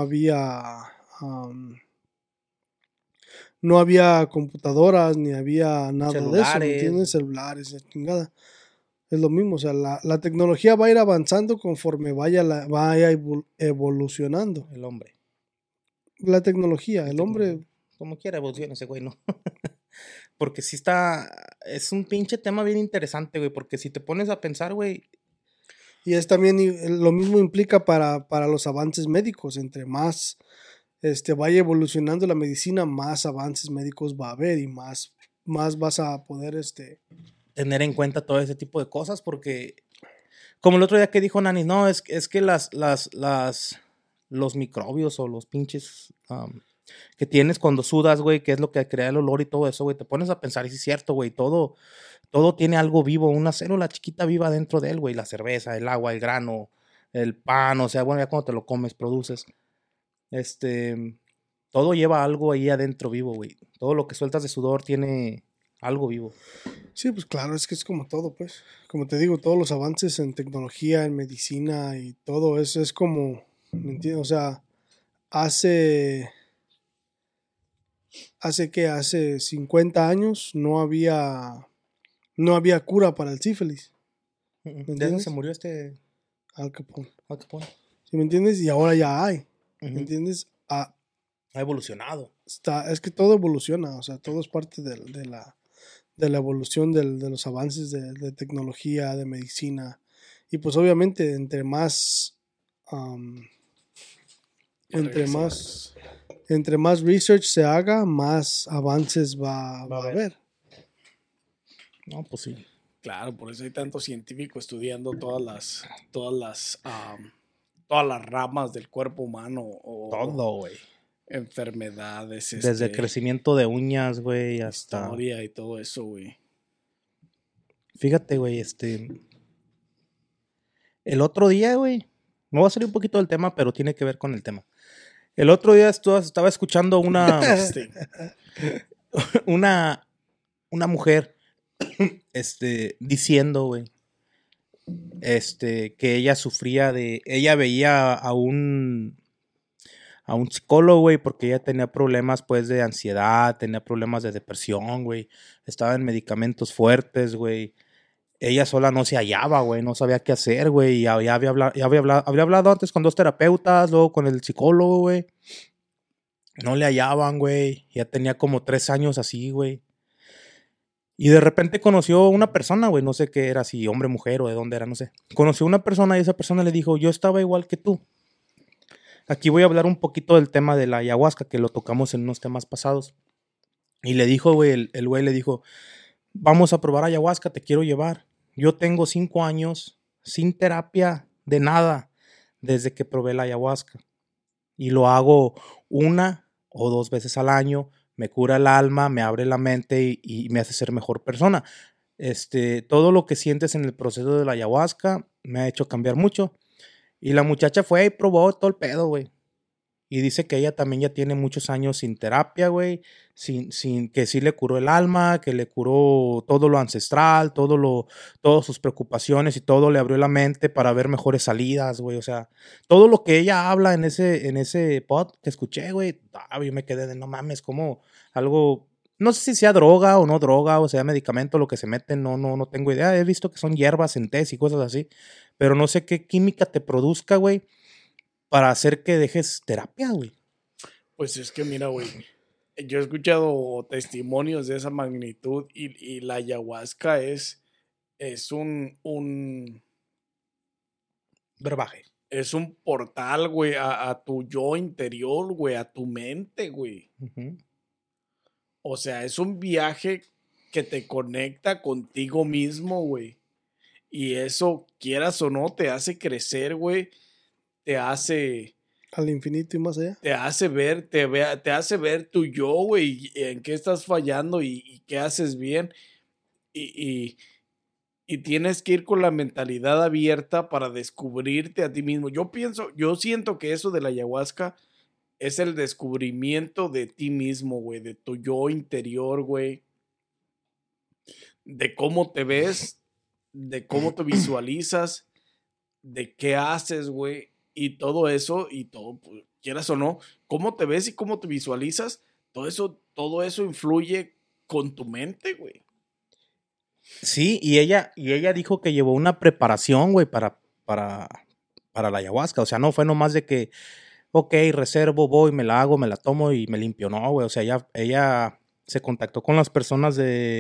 había computadoras, ni había nada de eso, ¿me entiendes? Celulares, chingada. Es lo mismo, o sea, la tecnología va a ir avanzando conforme vaya evolucionando. El hombre. La tecnología, el hombre... Como quiera evoluciona ese güey, ¿no? Porque sí es un pinche tema bien interesante, güey, porque si te pones a pensar, güey... Y es también, lo mismo implica para los avances médicos. Entre más vaya evolucionando la medicina, más avances médicos va a haber y más vas a poder tener en cuenta todo ese tipo de cosas, porque como el otro día que dijo Nani, no, es que los microbios o los pinches que tienes cuando sudas, güey, que es lo que crea el olor y todo eso, güey, te pones a pensar y sí es cierto, güey, todo tiene algo vivo, una célula chiquita viva dentro de él, güey, la cerveza, el agua, el grano, el pan, o sea, bueno, ya cuando te lo comes, produces, todo lleva algo ahí adentro vivo, güey, todo lo que sueltas de sudor tiene algo vivo. Sí, pues claro, es que es como todo, pues, como te digo, todos los avances en tecnología, en medicina y todo eso es como, ¿me entiendes? O sea, hace 50 años no había cura para el sífilis. ¿De dónde se murió Al Capone? Al Capone. ¿Sí me entiendes? Y ahora ya hay. ¿Me entiendes? Ha evolucionado. Es que todo evoluciona, o sea, todo es parte de la evolución de los avances de tecnología, de medicina. Y pues obviamente entre más research se haga, más avances va a haber. No, pues sí. Claro, por eso hay tanto científico estudiando todas las ramas del cuerpo humano. Todo, güey. Enfermedades. Desde el crecimiento de uñas, güey, hasta... Historia y todo eso, güey. Fíjate, güey, el otro día, güey, me voy a salir un poquito del tema, pero tiene que ver con el tema. El otro día estaba escuchando una mujer, diciendo, güey, que ella veía a un psicólogo, güey, porque ella tenía problemas, pues, de ansiedad, tenía problemas de depresión, güey, estaba en medicamentos fuertes, güey. Ella sola no se hallaba, güey, no sabía qué hacer, güey, y había hablado antes con 2 terapeutas, luego con el psicólogo, güey. No le hallaban, güey, ya tenía como 3 años así, güey. Y de repente conoció una persona, güey, no sé qué era, si hombre, mujer o de dónde era, no sé. Conoció una persona y esa persona le dijo, yo estaba igual que tú. Aquí voy a hablar un poquito del tema de la ayahuasca, que lo tocamos en unos temas pasados. Y le dijo, güey, el güey le dijo, vamos a probar ayahuasca, te quiero llevar. Yo tengo 5 años sin terapia de nada desde que probé la ayahuasca. Y lo hago 1 o 2 veces al año. Me cura el alma, me abre la mente y me hace ser mejor persona. Todo lo que sientes en el proceso de la ayahuasca me ha hecho cambiar mucho. Y la muchacha fue y probó todo el pedo, güey. Y dice que ella también ya tiene muchos años sin terapia, güey. Sin que sí le curó el alma, que le curó todo lo ancestral, todas sus preocupaciones y todo le abrió la mente para ver mejores salidas, güey. O sea, todo lo que ella habla en ese pod que escuché, güey, yo me quedé de no mames, como algo, no sé si sea droga o no droga, o sea medicamento, lo que se mete, no tengo idea. He visto que son hierbas en tés y cosas así, pero no sé qué química te produzca, güey, para hacer que dejes terapia, güey. Pues es que mira, güey, yo he escuchado testimonios de esa magnitud y la ayahuasca es un brebaje. Es un portal, güey, a tu yo interior, güey, a tu mente, güey. Uh-huh. O sea, es un viaje que te conecta contigo mismo, güey. Y eso, quieras o no, te hace crecer, güey. Te hace... al infinito y más allá. Te hace ver tu yo, güey, en qué estás fallando y qué haces bien. Y tienes que ir con la mentalidad abierta para descubrirte a ti mismo. Yo siento que eso de la ayahuasca es el descubrimiento de ti mismo, güey, de tu yo interior, güey. De cómo te ves, de cómo te visualizas, de qué haces, güey. Y todo eso, pues, quieras o no, cómo te ves y cómo te visualizas, todo eso influye con tu mente, güey. Sí, y ella dijo que llevó una preparación, güey, para la ayahuasca. O sea, no fue nomás de que, ok, reservo, voy, me la hago, me la tomo y me limpio. No, güey, o sea, ella se contactó con las personas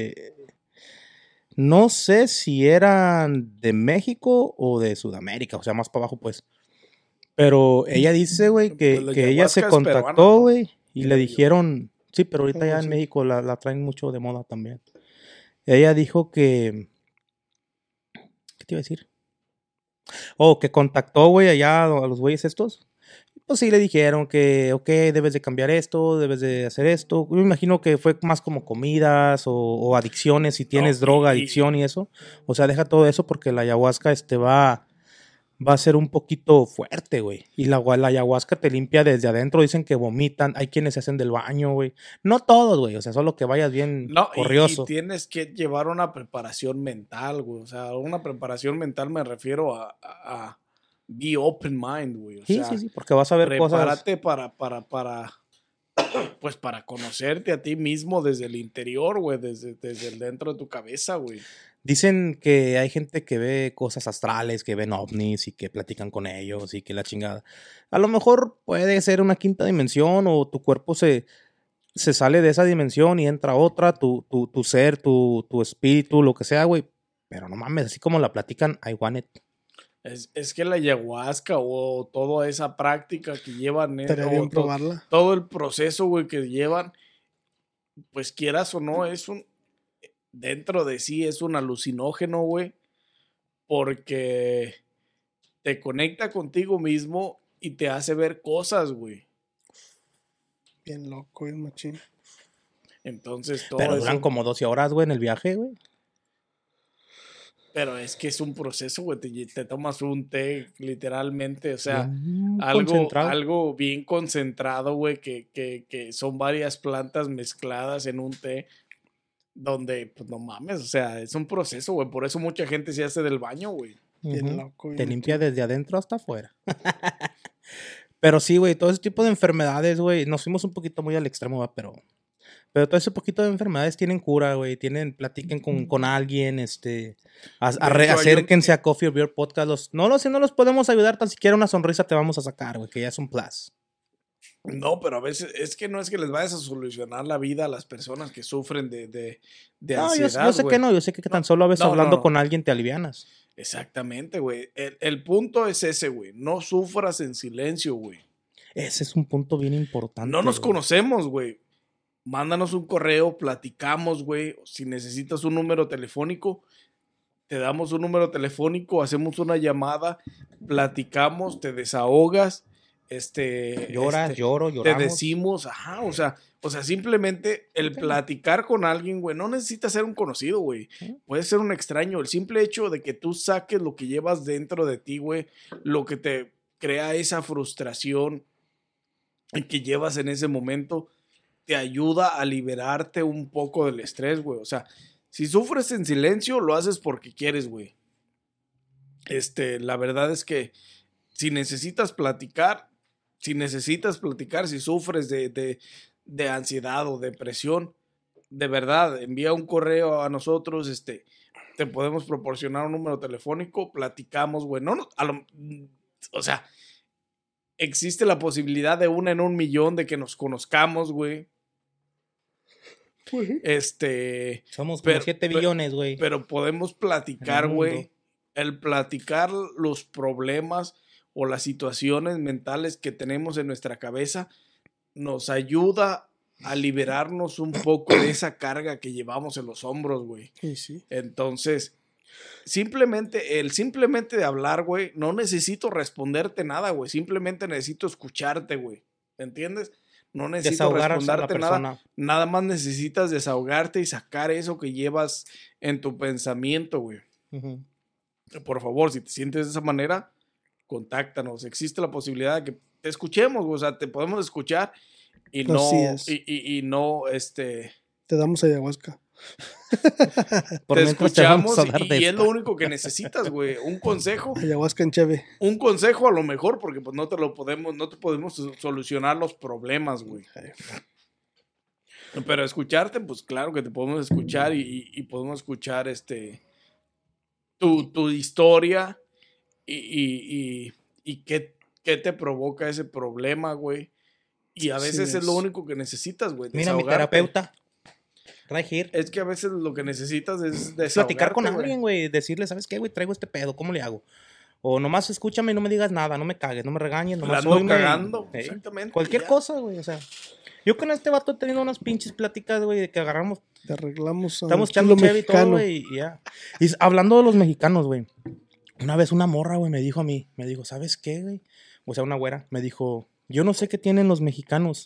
no sé si eran de México o de Sudamérica, o sea, más para abajo, pues. Pero ella dice, güey, que ella se contactó, güey, y le dijeron, sí, pero ahorita ya en México la traen mucho de moda también. Ella dijo que... ¿qué te iba a decir? Que contactó, güey, allá a los güeyes estos. Pues sí, le dijeron que, ok, debes de cambiar esto, debes de hacer esto. Yo me imagino que fue más como comidas o adicciones, si tienes droga, adicción y eso. O sea, deja todo eso porque la ayahuasca va a ser un poquito fuerte, güey. Y la ayahuasca te limpia desde adentro. Dicen que vomitan. Hay quienes se hacen del baño, güey. No todos, güey. O sea, solo que vayas bien corrioso. Y tienes que llevar una preparación mental, güey. O sea, una preparación mental me refiero a be open mind, güey. O sea, sí. Porque vas a ver prepárate cosas... pues para conocerte a ti mismo desde el interior, güey. Desde el dentro de tu cabeza, güey. Dicen que hay gente que ve cosas astrales, que ven ovnis y que platican con ellos y que la chingada. A lo mejor puede ser una quinta dimensión o tu cuerpo se sale de esa dimensión y entra otra, tu ser, tu espíritu, lo que sea, güey. Pero no mames, así como la platican, I want it. Es que la ayahuasca o toda esa práctica que llevan, probarla. Todo el proceso, güey, que llevan, pues quieras o no, dentro de sí es un alucinógeno, güey, porque te conecta contigo mismo y te hace ver cosas, güey. Bien loco, bien machín. Entonces todo pero duran como 12 horas, güey, en el viaje, güey. Pero es que es un proceso, güey. Te tomas un té, literalmente. O sea, algo bien concentrado, güey. Que son varias plantas mezcladas en un té. Donde, pues no mames. O sea, es un proceso, güey. Por eso mucha gente se hace del baño, güey. Bien loco. Te limpia desde adentro hasta afuera. Pero sí, güey. Todo ese tipo de enfermedades, güey. Nos fuimos un poquito muy al extremo, ¿va? Pero todo ese poquito de enfermedades tienen cura, güey. Platiquen con alguien, acérquense a Coffee or Beer Podcast. Si no los podemos ayudar, tan siquiera una sonrisa te vamos a sacar, güey, que ya es un plus. No, pero a veces es que no es que les vayas a solucionar la vida a las personas que sufren de ansiedad. Yo sé que no, yo sé que tan solo a veces hablando con alguien te alivianas. Exactamente, güey. El punto es ese, güey. No sufras en silencio, güey. Ese es un punto bien importante. No nos conocemos, güey. Mándanos un correo, platicamos, güey. Si necesitas un número telefónico, te damos un número telefónico, hacemos una llamada, platicamos, te desahogas. Lloras, lloramos. Te decimos, o sea, simplemente el platicar con alguien, güey, no necesita ser un conocido, güey. Puede ser un extraño. El simple hecho de que tú saques lo que llevas dentro de ti, güey, lo que te crea esa frustración que llevas en ese momento, te ayuda a liberarte un poco del estrés, güey. O sea, si sufres en silencio, lo haces porque quieres, güey. La verdad es que si necesitas platicar, si sufres de ansiedad o depresión, de verdad, envía un correo a nosotros, te podemos proporcionar un número telefónico, platicamos, güey. O sea, existe la posibilidad de 1 en 1,000,000 de que nos conozcamos, güey. Somos como 7 billones, güey. Pero podemos platicar, güey. El platicar los problemas o las situaciones mentales que tenemos en nuestra cabeza nos ayuda a liberarnos un poco de esa carga que llevamos en los hombros, güey. Sí. Entonces, simplemente de hablar, güey, no necesito responderte nada, güey. Simplemente necesito escucharte, güey. ¿Me entiendes? No necesito responderte nada. Nada más necesitas desahogarte y sacar eso que llevas en tu pensamiento, güey. Uh-huh. Por favor, si te sientes de esa manera, contáctanos. Existe la posibilidad de que te escuchemos, o sea, te podemos escuchar y no, te damos ayahuasca. Te escuchamos y es lo único que necesitas, güey. Un consejo. Ayahuasca en cheve. Un consejo a lo mejor, porque pues no te podemos solucionar los problemas, güey. Pero escucharte, pues claro que te podemos escuchar y podemos escuchar tu historia y qué te provoca ese problema, güey. Y a veces es lo único que necesitas, güey. Mira, mi terapeuta. Right here. Es que a veces lo que necesitas es platicar con alguien, güey. Decirle, ¿sabes qué, güey? Traigo este pedo, ¿cómo le hago? O nomás escúchame y no me digas nada, no me cagues, no me regañes. Nomás ando cagando, exactamente. Cualquier cosa, güey, o sea. Yo con este vato he tenido unas pinches pláticas, güey, de que agarramos. Te arreglamos. Estamos echando cheve y todo, güey, y ya. Y hablando de los mexicanos, güey. Una vez una morra, güey, me dijo, ¿sabes qué, güey? O sea, una güera, me dijo, yo no sé qué tienen los mexicanos.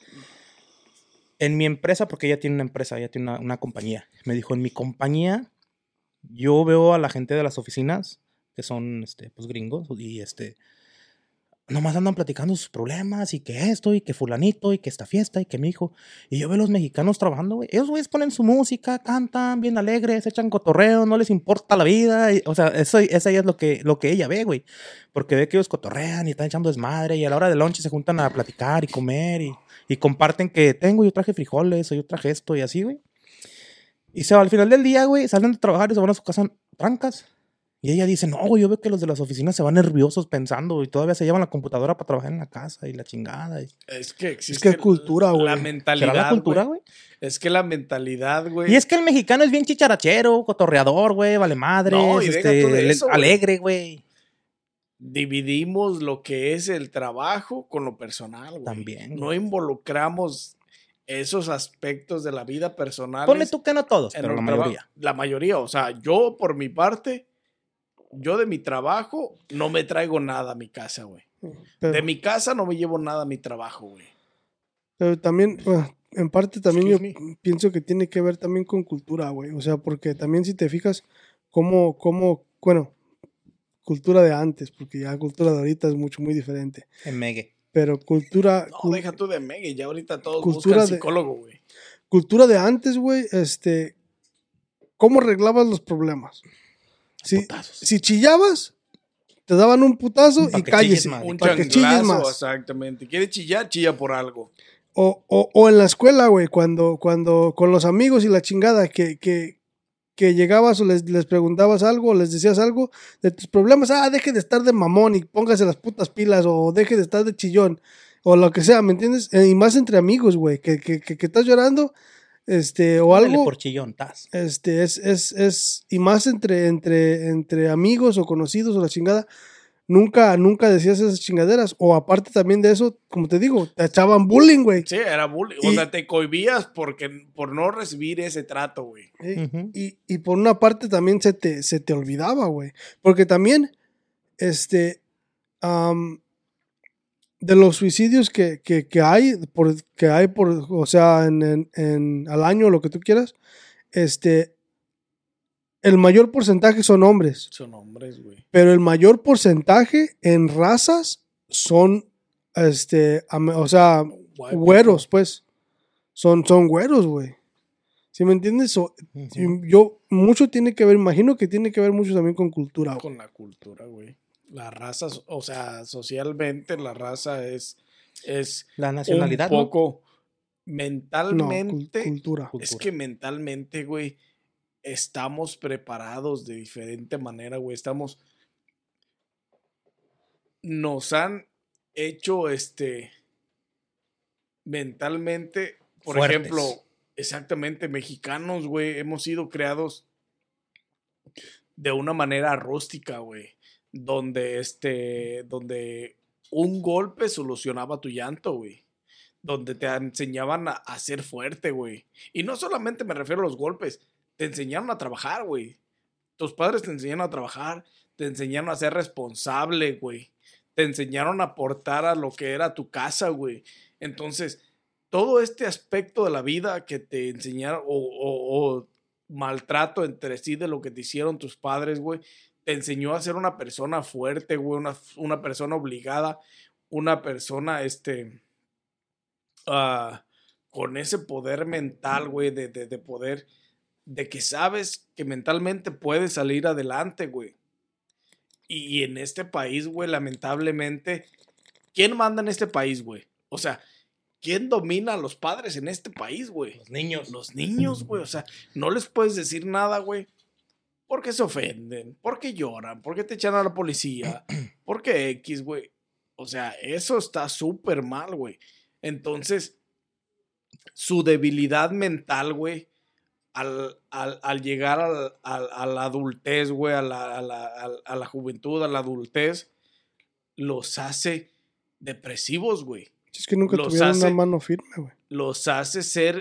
En mi empresa, porque ella tiene una empresa, ella tiene una compañía. Me dijo, en mi compañía, yo veo a la gente de las oficinas, que son, pues, gringos, y nomás andan platicando sus problemas, y que esto, y que fulanito, y que esta fiesta, y que mi hijo. Y yo veo a los mexicanos trabajando, güey. Ellos, güeyes, ponen su música, cantan, bien alegres, echan cotorreo, no les importa la vida. O sea, eso es lo que ella ve, güey. Porque ve que ellos cotorrean y están echando desmadre, y a la hora del lunch se juntan a platicar y comer, y comparten que yo traje frijoles, o yo traje esto, y así, güey. Y al final del día, güey, salen de trabajar y se van a su casa trancas. Y ella dice, no, güey, yo veo que los de las oficinas se van nerviosos pensando y todavía se llevan la computadora para trabajar en la casa y la chingada. Es que existe cultura, güey. La mentalidad, ¿será la cultura, güey? Es que la mentalidad, güey. Y es que el mexicano es bien chicharachero, cotorreador, güey, vale madres, no, alegre, güey. Dividimos lo que es el trabajo con lo personal, güey. También. No involucramos esos aspectos de la vida personal. Ponle tú que no todos, pero la mayoría. La mayoría, o sea, yo por mi parte, yo de mi trabajo no me traigo nada a mi casa, güey. De mi casa no me llevo nada a mi trabajo, güey. Pero también, en parte también pienso que tiene que ver también con cultura, güey. O sea, porque también si te fijas bueno, cultura de antes, porque ya cultura de ahorita es muy diferente. En Megue. Pero cultura... No, deja tú de Megue, ya ahorita todos buscan psicólogo, güey. Cultura de antes, güey, ¿cómo arreglabas los problemas? Si chillabas, te daban un putazo y cállese. Un changlazo, exactamente. ¿Quiere chillar? Chilla por algo. O en la escuela, güey, cuando con los amigos y la chingada que llegabas o les preguntabas algo, o les decías algo de tus problemas, deje de estar de mamón y póngase las putas pilas, o deje de estar de chillón. o lo que sea, ¿me entiendes? Y más entre amigos, güey, que estás llorando, o algo. Por chillón, estás. Y más entre amigos o conocidos o la chingada, nunca decías esas chingaderas. O aparte también de eso, como te digo, te echaban bullying, güey. Sí, era bullying. O sea, te cohibías por no recibir ese trato, güey. Y por una parte también se te olvidaba, güey. Porque también, de los suicidios que hay, o sea, al año, lo que tú quieras, el mayor porcentaje son hombres. Son hombres, güey. Pero el mayor porcentaje en razas son, o sea, güeros, pues. Son güeros, güey. ¿Sí me entiendes? Mucho tiene que ver, imagino que tiene que ver mucho también con cultura, güey. Con la cultura, güey. La raza, o sea, socialmente la raza es la nacionalidad, un poco, ¿no? Mentalmente, cultura. Es que mentalmente, güey, estamos preparados de diferente manera, güey. Nos han hecho, mentalmente, por fuertes. ejemplo, exactamente, mexicanos, güey, hemos sido creados de una manera rústica, güey. Donde un golpe solucionaba tu llanto, güey. Donde te enseñaban a ser fuerte, güey. Y no solamente me refiero a los golpes, te enseñaron a trabajar, güey. Tus padres te enseñaron a trabajar, te enseñaron a ser responsable, güey. Te enseñaron a aportar a lo que era tu casa, güey. Entonces, todo este aspecto de la vida que te enseñaron o maltrato entre sí de lo que te hicieron tus padres, güey, te enseñó a ser una persona fuerte, güey, una persona obligada, una persona, con ese poder mental, güey, de poder, de que sabes que mentalmente puedes salir adelante, güey. Y en este país, güey, lamentablemente, ¿quién manda en este país, güey? O sea, ¿quién domina a los padres en este país, güey? Los niños. Los niños, güey, o sea, no les puedes decir nada, güey. Porque se ofenden, porque lloran, porque te echan a la policía, porque X, güey. O sea, eso está súper mal, güey. Entonces, su debilidad mental, güey, al llegar a la adultez, güey, a la juventud, a la adultez, los hace depresivos, güey. Es que nunca tuvieron una mano firme, güey. Los hace ser,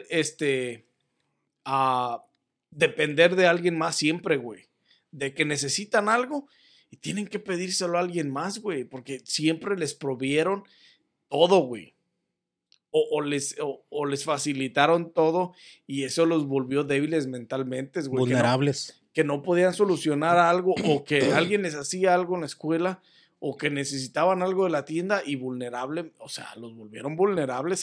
depender de alguien más siempre, güey. De que necesitan algo y tienen que pedírselo a alguien más, güey. Porque siempre les provieron todo, güey. O les facilitaron todo y eso los volvió débiles mentalmente, güey. Vulnerables. Que no podían solucionar algo o que alguien les hacía algo en la escuela o que necesitaban algo de la tienda y vulnerable, o sea, los volvieron vulnerables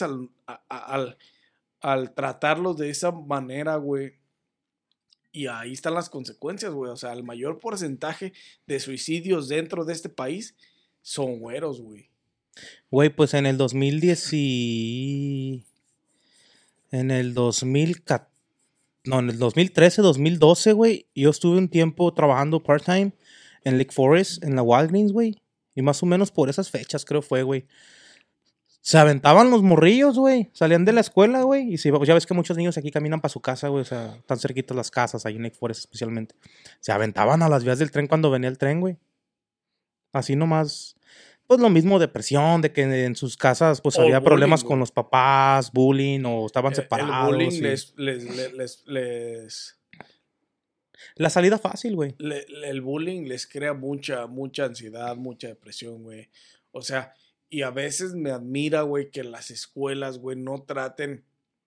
al tratarlos de esa manera, güey. Y ahí están las consecuencias, güey. O sea, el mayor porcentaje de suicidios dentro de este país son güeros, güey. Güey, pues en el 2013, 2012, güey, yo estuve un tiempo trabajando part-time en Lake Forest, en la Walgreens, güey. Y más o menos por esas fechas, creo fue, güey. Se aventaban los morrillos, güey. Salían de la escuela, güey. Y ya ves que muchos niños aquí caminan para su casa, güey. O sea, están cerquitas las casas, ahí en Lake Forest especialmente. Se aventaban a las vías del tren cuando venía el tren, güey. Así nomás. Pues lo mismo, depresión, de que en sus casas pues había bullying, problemas con los papás, bullying, o estaban separados. El bullying les... La salida fácil, güey. El bullying les crea mucha ansiedad, mucha depresión, güey. O sea... Y a veces me admira, güey, que las escuelas, güey, no traten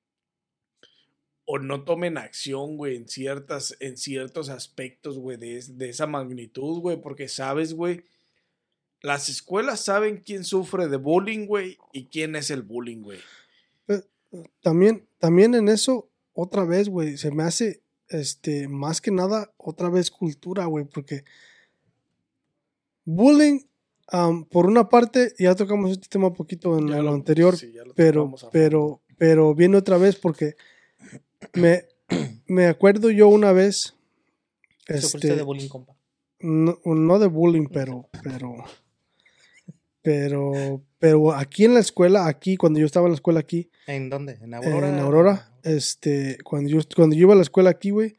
o no tomen acción, güey, en ciertos aspectos, güey, de esa magnitud, güey, porque sabes, güey, las escuelas saben quién sufre de bullying, güey, y quién es el bullying, güey. También en eso, otra vez, güey, se me hace, más que nada, otra vez cultura, güey, porque bullying... por una parte, ya tocamos este tema un poquito en lo anterior, sí, pero viene otra vez porque me acuerdo yo una vez. ¿Sufriste de bullying, compa? No de bullying, pero Pero aquí en la escuela, cuando yo estaba en la escuela aquí. ¿En dónde? ¿En Aurora? En Aurora. Cuando yo iba a la escuela aquí, güey,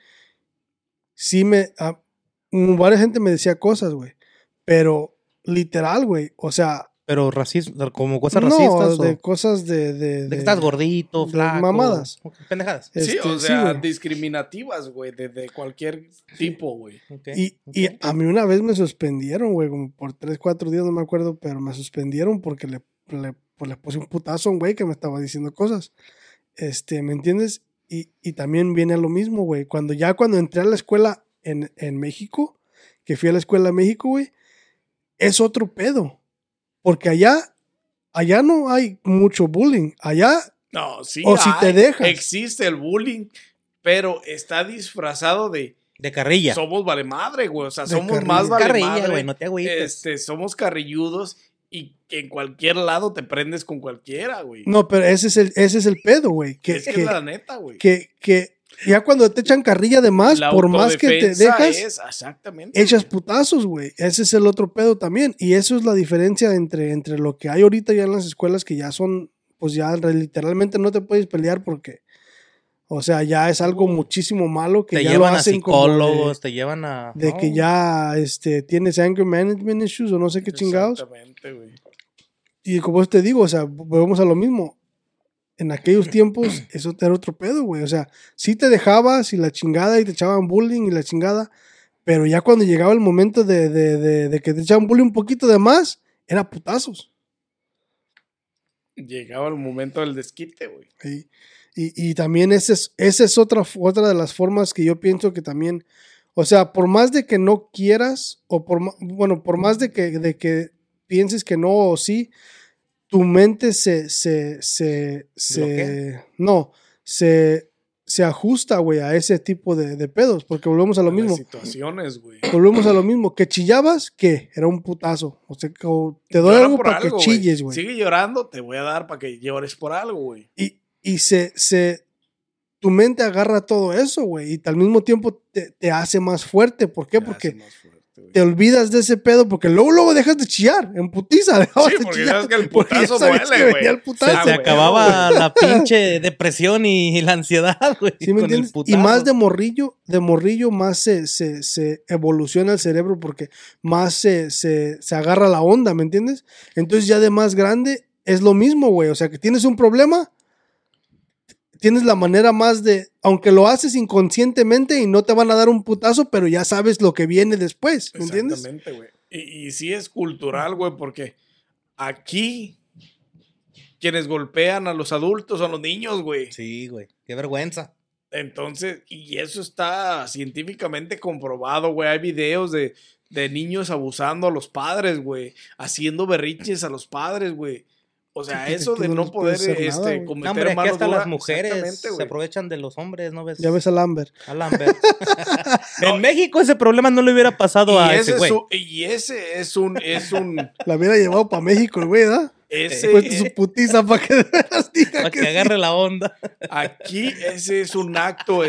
sí varias gente me decía cosas, güey. Pero literal, güey, o sea. Pero racismo, como cosas racistas. No, de cosas de que estás gordito, flaco. Mamadas. Pendejadas. Sí, o sea, discriminativas, güey, de cualquier tipo, güey. Okay. Y a mí una vez me suspendieron, güey, como por 3, 4 días, no me acuerdo, pero me suspendieron porque le puse un putazo a un güey que me estaba diciendo cosas. ¿Me entiendes? Y también viene lo mismo, güey. Cuando entré a la escuela en México, que fui a la escuela en México, güey, es otro pedo. Porque allá no hay mucho bullying. Allá, no, sí o si te dejas. Existe el bullying, pero está disfrazado de carrilla. Somos vale madre, güey. O sea, somos carrilla. Más vale carrilla, madre. Güey, no te agüites. Somos carrilludos y que en cualquier lado te prendes con cualquiera, güey. No, pero ese es el pedo, güey. Es que es la neta, güey. Que ya cuando te echan carrilla de más, por más que te dejas, exactamente, echas putazos, güey. Ese es el otro pedo también. Y eso es la diferencia entre lo que hay ahorita ya en las escuelas, que ya son, pues ya literalmente no te puedes pelear porque, o sea, ya es algo muchísimo malo que te ya llevan lo hacen a psicólogos, te llevan a... De que ya tienes anger management issues o no sé qué chingados. Exactamente, güey. Y como te digo, o sea, volvemos a lo mismo. En aquellos tiempos, eso era otro pedo, güey. O sea, sí te dejabas y la chingada y te echaban bullying y la chingada, pero ya cuando llegaba el momento de que te echaban bullying un poquito de más, era putazos. Llegaba el momento del desquite, güey. Sí. Y también esa es otra de las formas que yo pienso que también, o sea, por más de que no quieras, o por más de que pienses que no o sí, tu mente se ajusta, güey, a ese tipo de pedos, porque volvemos a lo mismo. Situaciones, güey. Volvemos a lo mismo. Que chillabas, ¿qué? Era un putazo. O sea, te doy algo para que chilles, güey. Sigue llorando, te voy a dar para que llores por algo, güey. Y tu mente agarra todo eso, güey, y al mismo tiempo te hace más fuerte. ¿Por qué? Porque te olvidas de ese pedo, porque luego dejas de chillar, en putiza. Sí, porque sabes que el putazo duele, güey. Se acababa la pinche depresión y la ansiedad, güey. ¿Sí me entiendes? Y más de morrillo más se evoluciona el cerebro, porque más se agarra la onda, ¿me entiendes? Entonces ya de más grande es lo mismo, güey. O sea, que tienes un problema, tienes la manera más aunque lo haces inconscientemente y no te van a dar un putazo, pero ya sabes lo que viene después, ¿me entiendes? Exactamente, güey. Y sí es cultural, güey, porque aquí quienes golpean a los adultos son los niños, güey. Sí, güey. Qué vergüenza. Entonces, y eso está científicamente comprobado, güey. Hay videos de niños abusando a los padres, güey. Haciendo berrinches a los padres, güey. O sea, eso de no poder cometer mano hasta dura, las mujeres se aprovechan de los hombres, ¿no ves? Ya ves a Lambert. No, en México ese problema no le hubiera pasado a ese güey. Y ese es un... La hubiera llevado para México el güey, ¿verdad? Puesto su putiza para que diga para que agarre la onda. Aquí ese es un acto,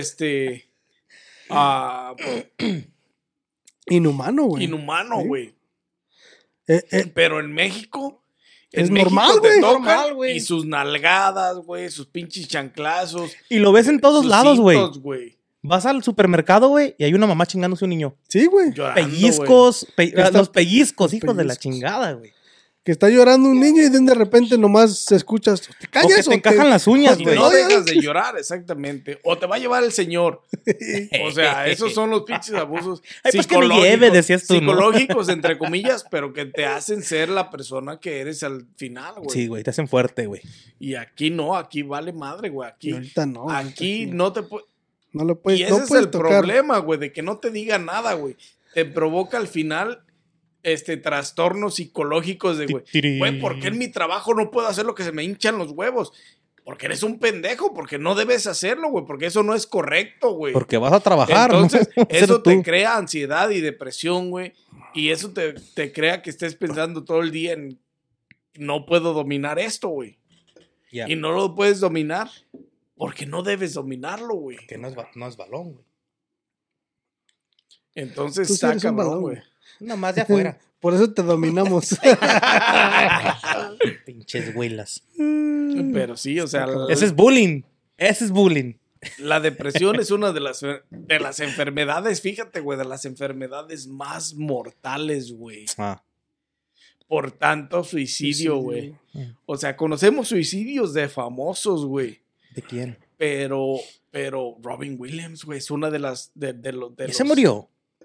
inhumano, güey. Inhumano, güey. Pero en México... Es normal, güey. Normal, güey. Y sus nalgadas, güey. Sus pinches chanclazos. Y lo ves en todos lados, güey. Vas al supermercado, güey, y hay una mamá chingándose un niño. Sí, güey. Pellizcos. Los pellizcos, hijos de la chingada, güey. Que está llorando un niño y de repente nomás se escucha. ¿Te callas? O que te encajan las uñas, güey. No dejas de llorar, exactamente. O te va a llevar el señor. O sea, esos son los pinches abusos psicológicos, entre comillas, pero que te hacen ser la persona que eres al final, güey. Sí, güey, te hacen fuerte, güey. Y aquí no, aquí vale madre, güey. Aquí, ahorita no. Aquí no te puedes... No lo puedes. Y ese es el problema, güey, de que no te diga nada, güey. Te provoca al final... trastornos psicológicos de, güey, ¿por qué en mi trabajo no puedo hacer lo que se me hinchan los huevos? Porque eres un pendejo, porque no debes hacerlo, güey, porque eso no es correcto, güey. Porque vas a trabajar, entonces, ¿no? Eso te crea ansiedad y depresión, güey, y eso te crea que estés pensando todo el día en no puedo dominar esto, güey. Yeah. Y no lo puedes dominar porque no debes dominarlo, güey. Que no es balón, güey. Entonces está cabrón, güey. Nomás de afuera. Por eso te dominamos. Pinches güilas. Pero sí, o sea... Ese es bullying. La depresión es una de las enfermedades, fíjate, güey, de las enfermedades más mortales, güey. Por tanto, suicidio, güey. O sea, conocemos suicidios de famosos, güey. ¿De quién? Pero Robin Williams, güey, es una de las... ¿Se murió?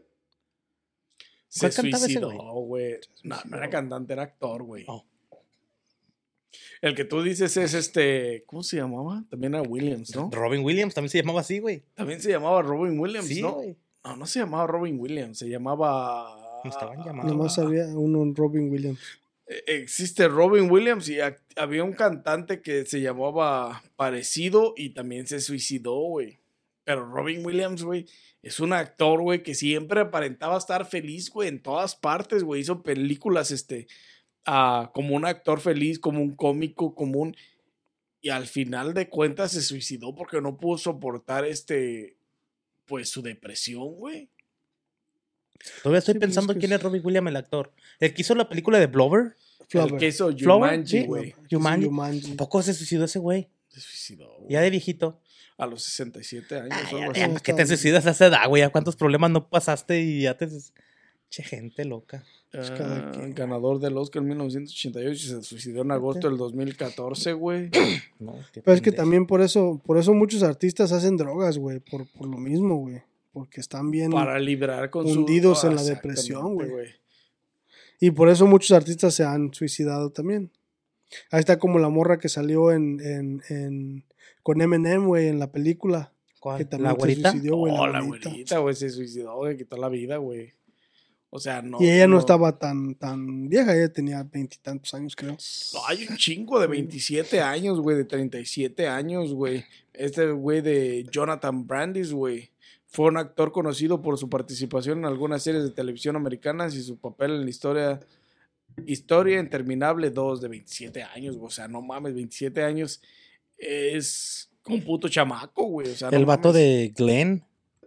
Se suicidó, güey. No era cantante, era actor, güey. El que tú dices es ¿cómo se llamaba? También era Williams, ¿no? Robin Williams también se llamaba así, güey. También se llamaba Robin Williams, sí, ¿no? Güey. No se llamaba Robin Williams, se llamaba... Me estaban llamando. Nomás había un Robin Williams. Existe Robin Williams y había un cantante que se llamaba parecido y también se suicidó, güey. Pero Robin Williams, güey, es un actor, güey, que siempre aparentaba estar feliz, güey, en todas partes, güey. Hizo películas, como un actor feliz, como un cómico, y al final de cuentas se suicidó porque no pudo soportar pues su depresión, güey. Todavía estoy pensando quién es Robin Williams, el actor. ¿El que hizo la película de Blubber? El que hizo Jumanji, güey. Jumanji. ¿A poco se suicidó ese güey? Se suicidó, güey. Ya de viejito. A los 67 años. ¿Qué te suicidas a esa edad, güey? ¿A cuántos problemas no pasaste y ya te... Che, gente loca. Ganador del Oscar en 1988 y se suicidó en agosto del 2014, güey. No, pero es que también por eso muchos artistas hacen drogas, güey, por lo mismo, güey. Porque están bien para librar con hundidos en la depresión, güey. Y por eso muchos artistas se han suicidado también. Ahí está como la morra que salió con Eminem, güey, en la película. ¿Cuál? Que también ¿La güerita? se suicidó, güey. La güerita, güey, se suicidó, güey, quitó la vida, güey. O sea, no. Y ella no estaba tan vieja, ella tenía 20 y tantos años, creo. No, hay un chingo de 27 años, güey, de 37 años, güey. Güey de Jonathan Brandis, güey. Fue un actor conocido por su participación en algunas series de televisión americanas y su papel en la Historia Interminable 2 de 27 años, güey. O sea, no mames, 27 años es un puto chamaco, güey. O sea, el vato de Glenn.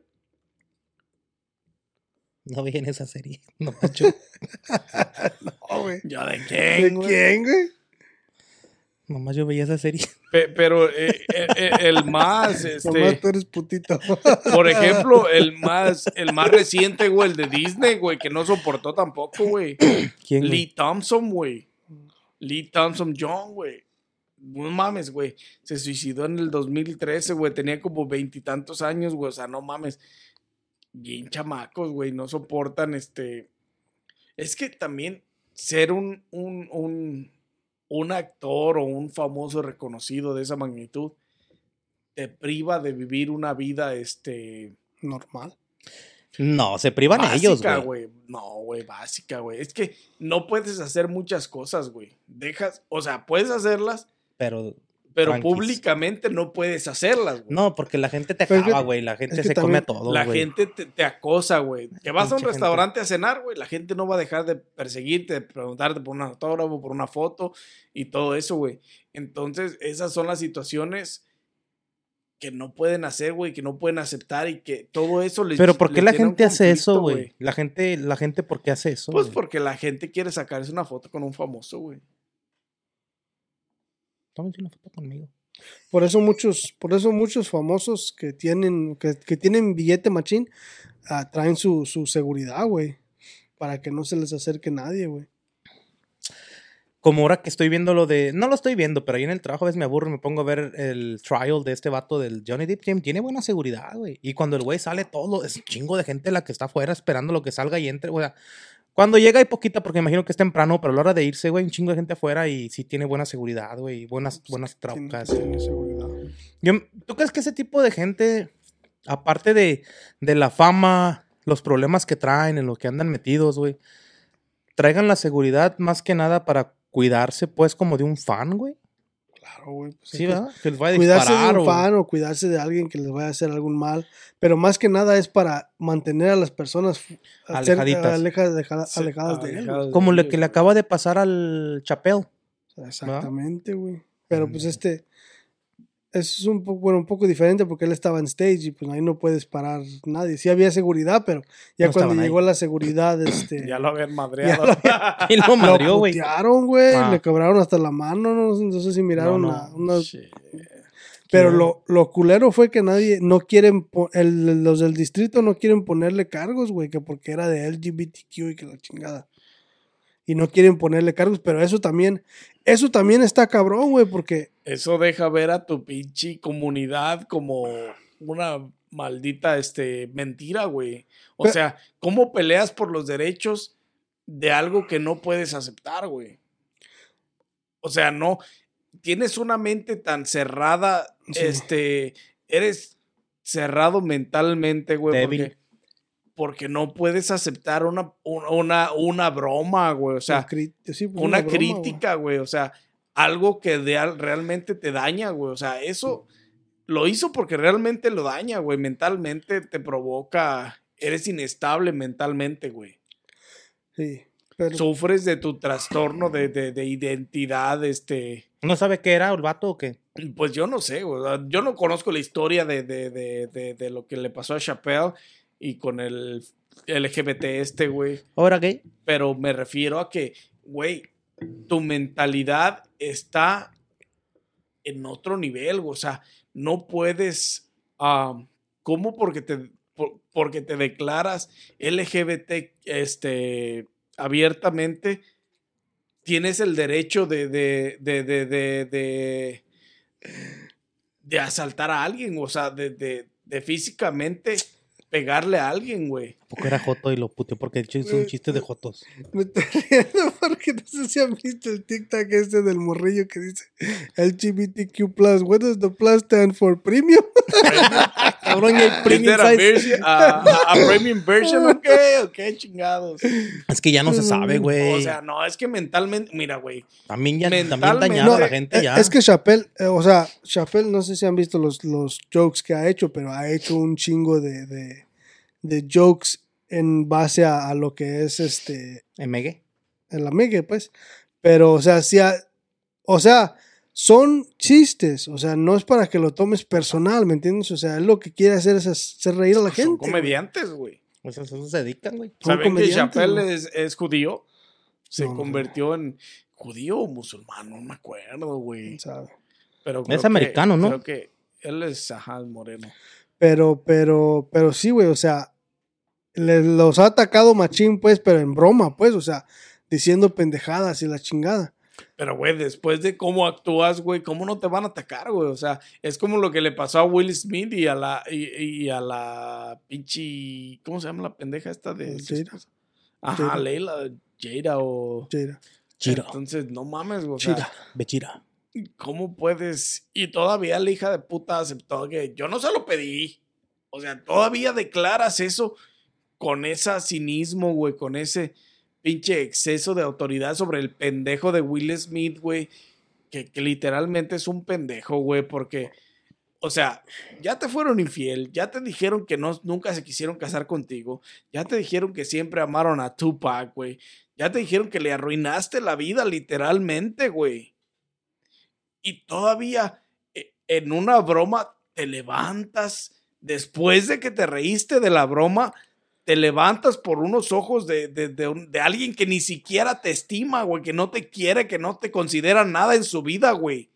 No vi en esa serie. No, macho. No, güey. ¿Ya de quién, güey? ¿De quién, güey? Nomás yo veía esa serie. Pero el más, Nomás tú eres putito. Por ejemplo, el más reciente, güey, el de Disney, güey, que no soportó tampoco, güey. ¿Quién, güey? Lee Thompson, güey. Lee Thompson John, güey. No mames, güey. Se suicidó en el 2013, güey. Tenía como 20 y tantos años, güey. O sea, no mames. Bien chamacos, güey. No soportan, Es que también ser un actor o un famoso reconocido de esa magnitud te priva de vivir una vida normal. No, se privan ellos, güey. No, güey, básica, güey. Es que no puedes hacer muchas cosas, güey. O sea, puedes hacerlas, pero públicamente no puedes hacerlas, güey. No, porque la gente te acaba, güey. La gente se come a todo, la gente te acosa, güey. Que vas a un restaurante a cenar, güey. La gente no va a dejar de perseguirte, de preguntarte por un autógrafo, por una foto y todo eso, güey. Entonces, esas son las situaciones que no pueden hacer, güey, que no pueden aceptar y que todo eso les... Pero ¿por qué la gente hace eso, güey? La gente, ¿por qué hace eso? Pues güey? Porque la gente quiere sacarse una foto con un famoso, güey. Tómense una foto conmigo. Por eso muchos famosos que tienen billete machín traen su seguridad, güey. Para que no se les acerque nadie, güey. Como ahora que estoy viendo no lo estoy viendo, pero ahí en el trabajo a veces me aburro y me pongo a ver el trial de este vato del Johnny Depp. Tiene buena seguridad, güey. Y cuando el güey sale, es un chingo de gente la que está afuera esperando lo que salga y entre, güey. Cuando llega hay poquita, porque me imagino que es temprano, pero a la hora de irse, güey, un chingo de gente afuera y sí tiene buena seguridad, güey. Buenas traucas. Tiene seguridad. ¿Tú crees que ese tipo de gente, aparte de la fama, los problemas que traen, en los que andan metidos, güey, traigan la seguridad más que nada para cuidarse, pues, como de un fan, güey? Claro, güey. Pues sí, ¿verdad? Que les vaya a cuidarse de un fan o cuidarse de alguien que les vaya a hacer algún mal. Pero más que nada es para mantener a las personas alejadas de él. Como lo que le acaba de pasar al Chappelle. Exactamente, güey. Pero pues este es un poco diferente porque él estaba en stage y pues ahí no puedes parar nadie. Sí había seguridad, pero ya no cuando llegó la seguridad, ya lo habían madreado. Y lo madreó, güey. Lo putearon, güey. Le cobraron hasta la mano, no sé si miraron una... Pero lo culero fue que nadie, no quieren, los del distrito no quieren ponerle cargos, güey, que porque era de LGBTQ y que la chingada. Y no quieren ponerle cargos, pero eso también está cabrón, güey, porque... Eso deja ver a tu pinche comunidad como una maldita mentira, güey. O sea, ¿cómo peleas por los derechos de algo que no puedes aceptar, güey? O sea, no... Tienes una mente tan cerrada, sí. Eres cerrado mentalmente, güey, porque no puedes aceptar una broma, güey, o sea, una crítica, güey, o sea, algo que realmente te daña, güey, o sea, eso lo hizo porque realmente lo daña, güey, mentalmente te provoca, eres inestable mentalmente, güey. Sí. Pero... Sufres de tu trastorno de identidad, ¿No sabe qué era el vato o qué? Pues yo no sé, güey. Yo no conozco la historia de lo que le pasó a Chappelle y con el LGBT güey. ¿Ahora qué? Pero me refiero a que, güey, tu mentalidad está en otro nivel, güey. O sea, no puedes... ¿Cómo? Porque te declaras LGBT, abiertamente, tienes el derecho de asaltar a alguien, o sea, de físicamente pegarle a alguien, güey. Porque era joto y lo puteó porque hizo un chiste de jotos. Me estoy riendo porque no sé si han visto el TikTok del morrillo que dice LGBTQ+, what does the plus stand for? Premium. Cabrón, y hay premium size. A premium version, ok, chingados. Es que ya no se sabe, güey. O sea, no, es que mentalmente, mira, güey. También dañaba a la gente ya. Es que Chappelle, Chappelle, no sé si han visto los jokes que ha hecho, pero ha hecho un chingo de jokes en base a lo que es ¿Megue? En la Megue, pues. Pero, o sea, son chistes, o sea, no es para que lo tomes personal, ¿me entiendes? O sea, él lo que quiere hacer es hacer reír a la gente. Son comediantes, güey. O sea, eso se dedican, güey. ¿Saben que Chappelle es judío? Se convirtió en judío o musulmán, no me acuerdo, güey. Pero es americano, ¿no? Creo que él es, moreno. Pero sí, güey, o sea, los ha atacado machín, pues, pero en broma, pues, o sea, diciendo pendejadas y la chingada. Pero, güey, después de cómo actúas, güey, ¿cómo no te van a atacar, güey? O sea, es como lo que le pasó a Will Smith y a la pinche... ¿Cómo se llama la pendeja esta de... Jada. Ajá, Leila, Jada o... Jada. Entonces, no mames, güey. Bechira. ¿Cómo puedes? Y todavía la hija de puta aceptó que yo no se lo pedí. O sea, todavía declaras eso con ese cinismo, güey, con ese pinche exceso de autoridad sobre el pendejo de Will Smith, güey, que literalmente es un pendejo, güey, porque, o sea, ya te fueron infiel, ya te dijeron que nunca se quisieron casar contigo, ya te dijeron que siempre amaron a Tupac, güey, ya te dijeron que le arruinaste la vida literalmente, güey. Y todavía en una broma te levantas, después de que te reíste de la broma, te levantas por unos ojos de alguien que ni siquiera te estima, güey, que no te quiere, que no te considera nada en su vida, güey.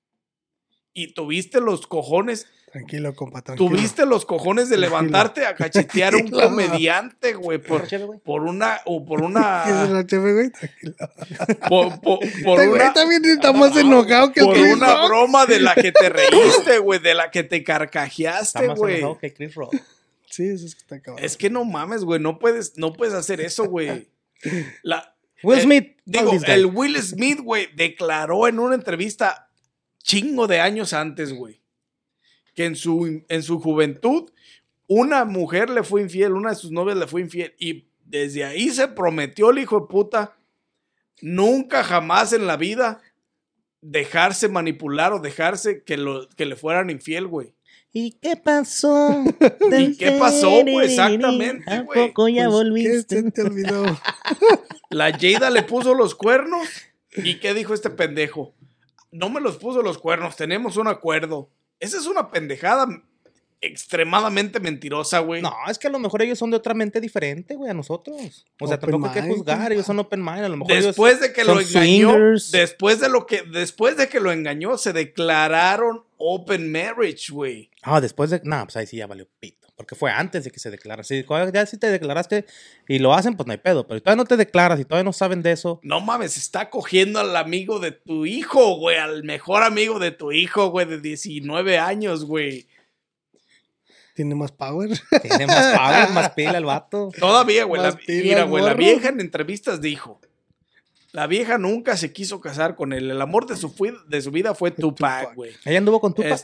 Y tuviste los cojones. Tranquilo, compa, tranquilo. Tuviste los cojones de levantarte a cachetear a un comediante, güey, por una... ¿Qué es la cheve, güey? Tranquilo. Por una... también está más enojado que el Chris Rock. Por una broma de la que te reíste, güey, de la que te carcajeaste, güey. Está más enojado que Chris Rock. Sí, eso es que está acabado. Es que no mames, güey, no puedes hacer eso, güey. Will Smith. El Will Smith, güey, declaró en una entrevista chingo de años antes, güey, que en su juventud una mujer le fue infiel, una de sus novias le fue infiel, y desde ahí se prometió el hijo de puta nunca jamás en la vida dejarse manipular o dejarse que le fueran infiel, güey. ¿Y qué pasó? ¿Y qué pasó, güey? Exactamente, güey. ¿A poco ya volviste? ¿Qué te olvidó? La Jada le puso los cuernos. ¿Y qué dijo este pendejo? No me los puso los cuernos, tenemos un acuerdo. Esa es una pendejada extremadamente mentirosa, güey. No, es que a lo mejor ellos son de otra mente diferente, güey, a nosotros. O sea, tampoco hay que juzgar, ellos son open mind, a lo mejor después de que lo engañó, después de que lo engañó, se declararon open marriage, güey. Después de... No, pues ahí sí ya valió pito. Porque fue antes de que se declarara. Ya si te declaraste y lo hacen, pues no hay pedo. Pero todavía no te declaras y todavía no saben de eso. No mames, está cogiendo al amigo de tu hijo, güey. Al mejor amigo de tu hijo, güey, de 19 años, güey. Tiene más power. Tiene más power, más pila el vato. Todavía, güey. Mira, güey, la vieja en entrevistas dijo... La vieja nunca se quiso casar con él. El amor de su vida fue Tupac, güey. Ella anduvo con Tupac.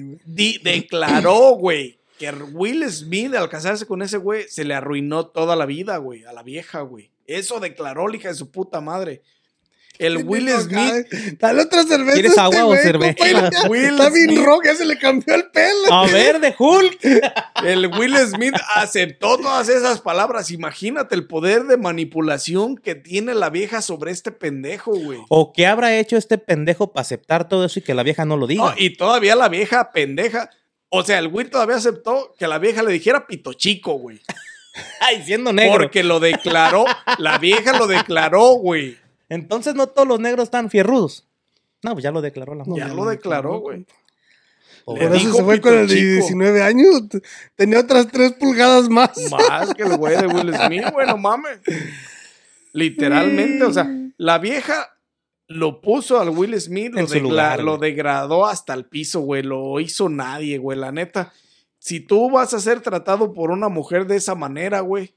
Declaró, güey, que Will Smith al casarse con ese güey se le arruinó toda la vida, güey, a la vieja, güey. Eso declaró la hija de su puta madre. El Will Smith. Dale otra cerveza. ¿Quieres agua o cerveza? Está bien rojo, ya se le cambió el pelo. A ver, de Hulk. El Will Smith aceptó todas esas palabras. Imagínate el poder de manipulación que tiene la vieja sobre este pendejo, güey. ¿O qué habrá hecho este pendejo para aceptar todo eso y que la vieja no lo diga? No, y todavía la vieja pendeja. O sea, el Will todavía aceptó que la vieja le dijera pito chico, güey. Ay, siendo negro. Porque lo declaró. La vieja lo declaró, güey. Entonces no todos los negros están fierrudos. No, pues ya lo declaró la mujer. Ya lo declaró, güey. Por eso se fue con el de 19 años. Tenía otras 3 pulgadas más. Más que el güey de Will Smith, güey, no mames. Literalmente, o sea, la vieja lo puso al Will Smith, lo degradó hasta el piso, güey. Lo hizo nadie, güey. La neta, si tú vas a ser tratado por una mujer de esa manera, güey,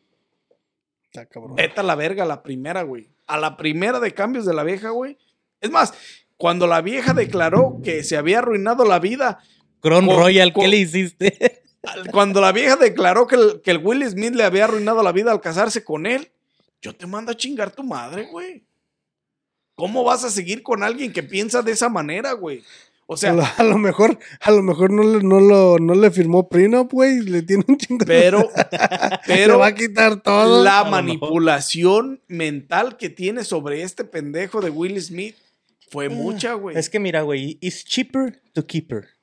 vete a la verga a la primera, güey. A la primera de cambios de la vieja, güey. Es más, cuando la vieja declaró que se había arruinado la vida. Crown Royal, ¿qué le hiciste? Cuando la vieja declaró que el Will Smith le había arruinado la vida al casarse con él, yo te mando a chingar tu madre, güey. ¿Cómo vas a seguir con alguien que piensa de esa manera, güey? O sea, a lo mejor no le firmó prenup, güey. Le tiene un chingo. Pero le va a quitar todo. La manipulación mental que tiene sobre este pendejo de Will Smith fue mucha, güey. Es que mira, güey, it's cheaper to keep her.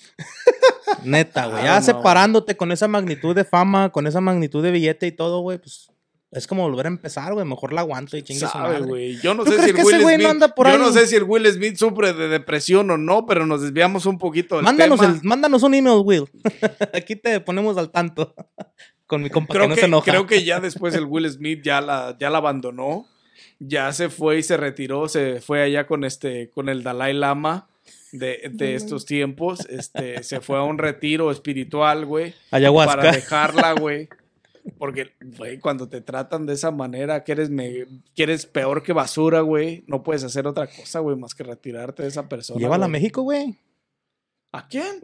Neta, güey. Ya separándote con esa magnitud de fama, con esa magnitud de billete y todo, güey, pues es como volver a empezar, güey. Mejor la aguanto y chingue su madre. Güey. Yo no sé si el Will Smith, no sé si el Will Smith sufre de depresión o no, pero nos desviamos un poquito del tema. Mándanos un email, Will. Aquí te ponemos al tanto. Con mi compa que no se enoja. Creo que ya después el Will Smith ya la abandonó. Ya se fue y se retiró. Se fue allá con el Dalai Lama de estos tiempos. Se fue a un retiro espiritual, güey. Ayahuasca. Para dejarla, güey. Porque, güey, cuando te tratan de esa manera, que eres peor que basura, güey, no puedes hacer otra cosa, güey, más que retirarte de esa persona. Llévala a México, güey. ¿A quién?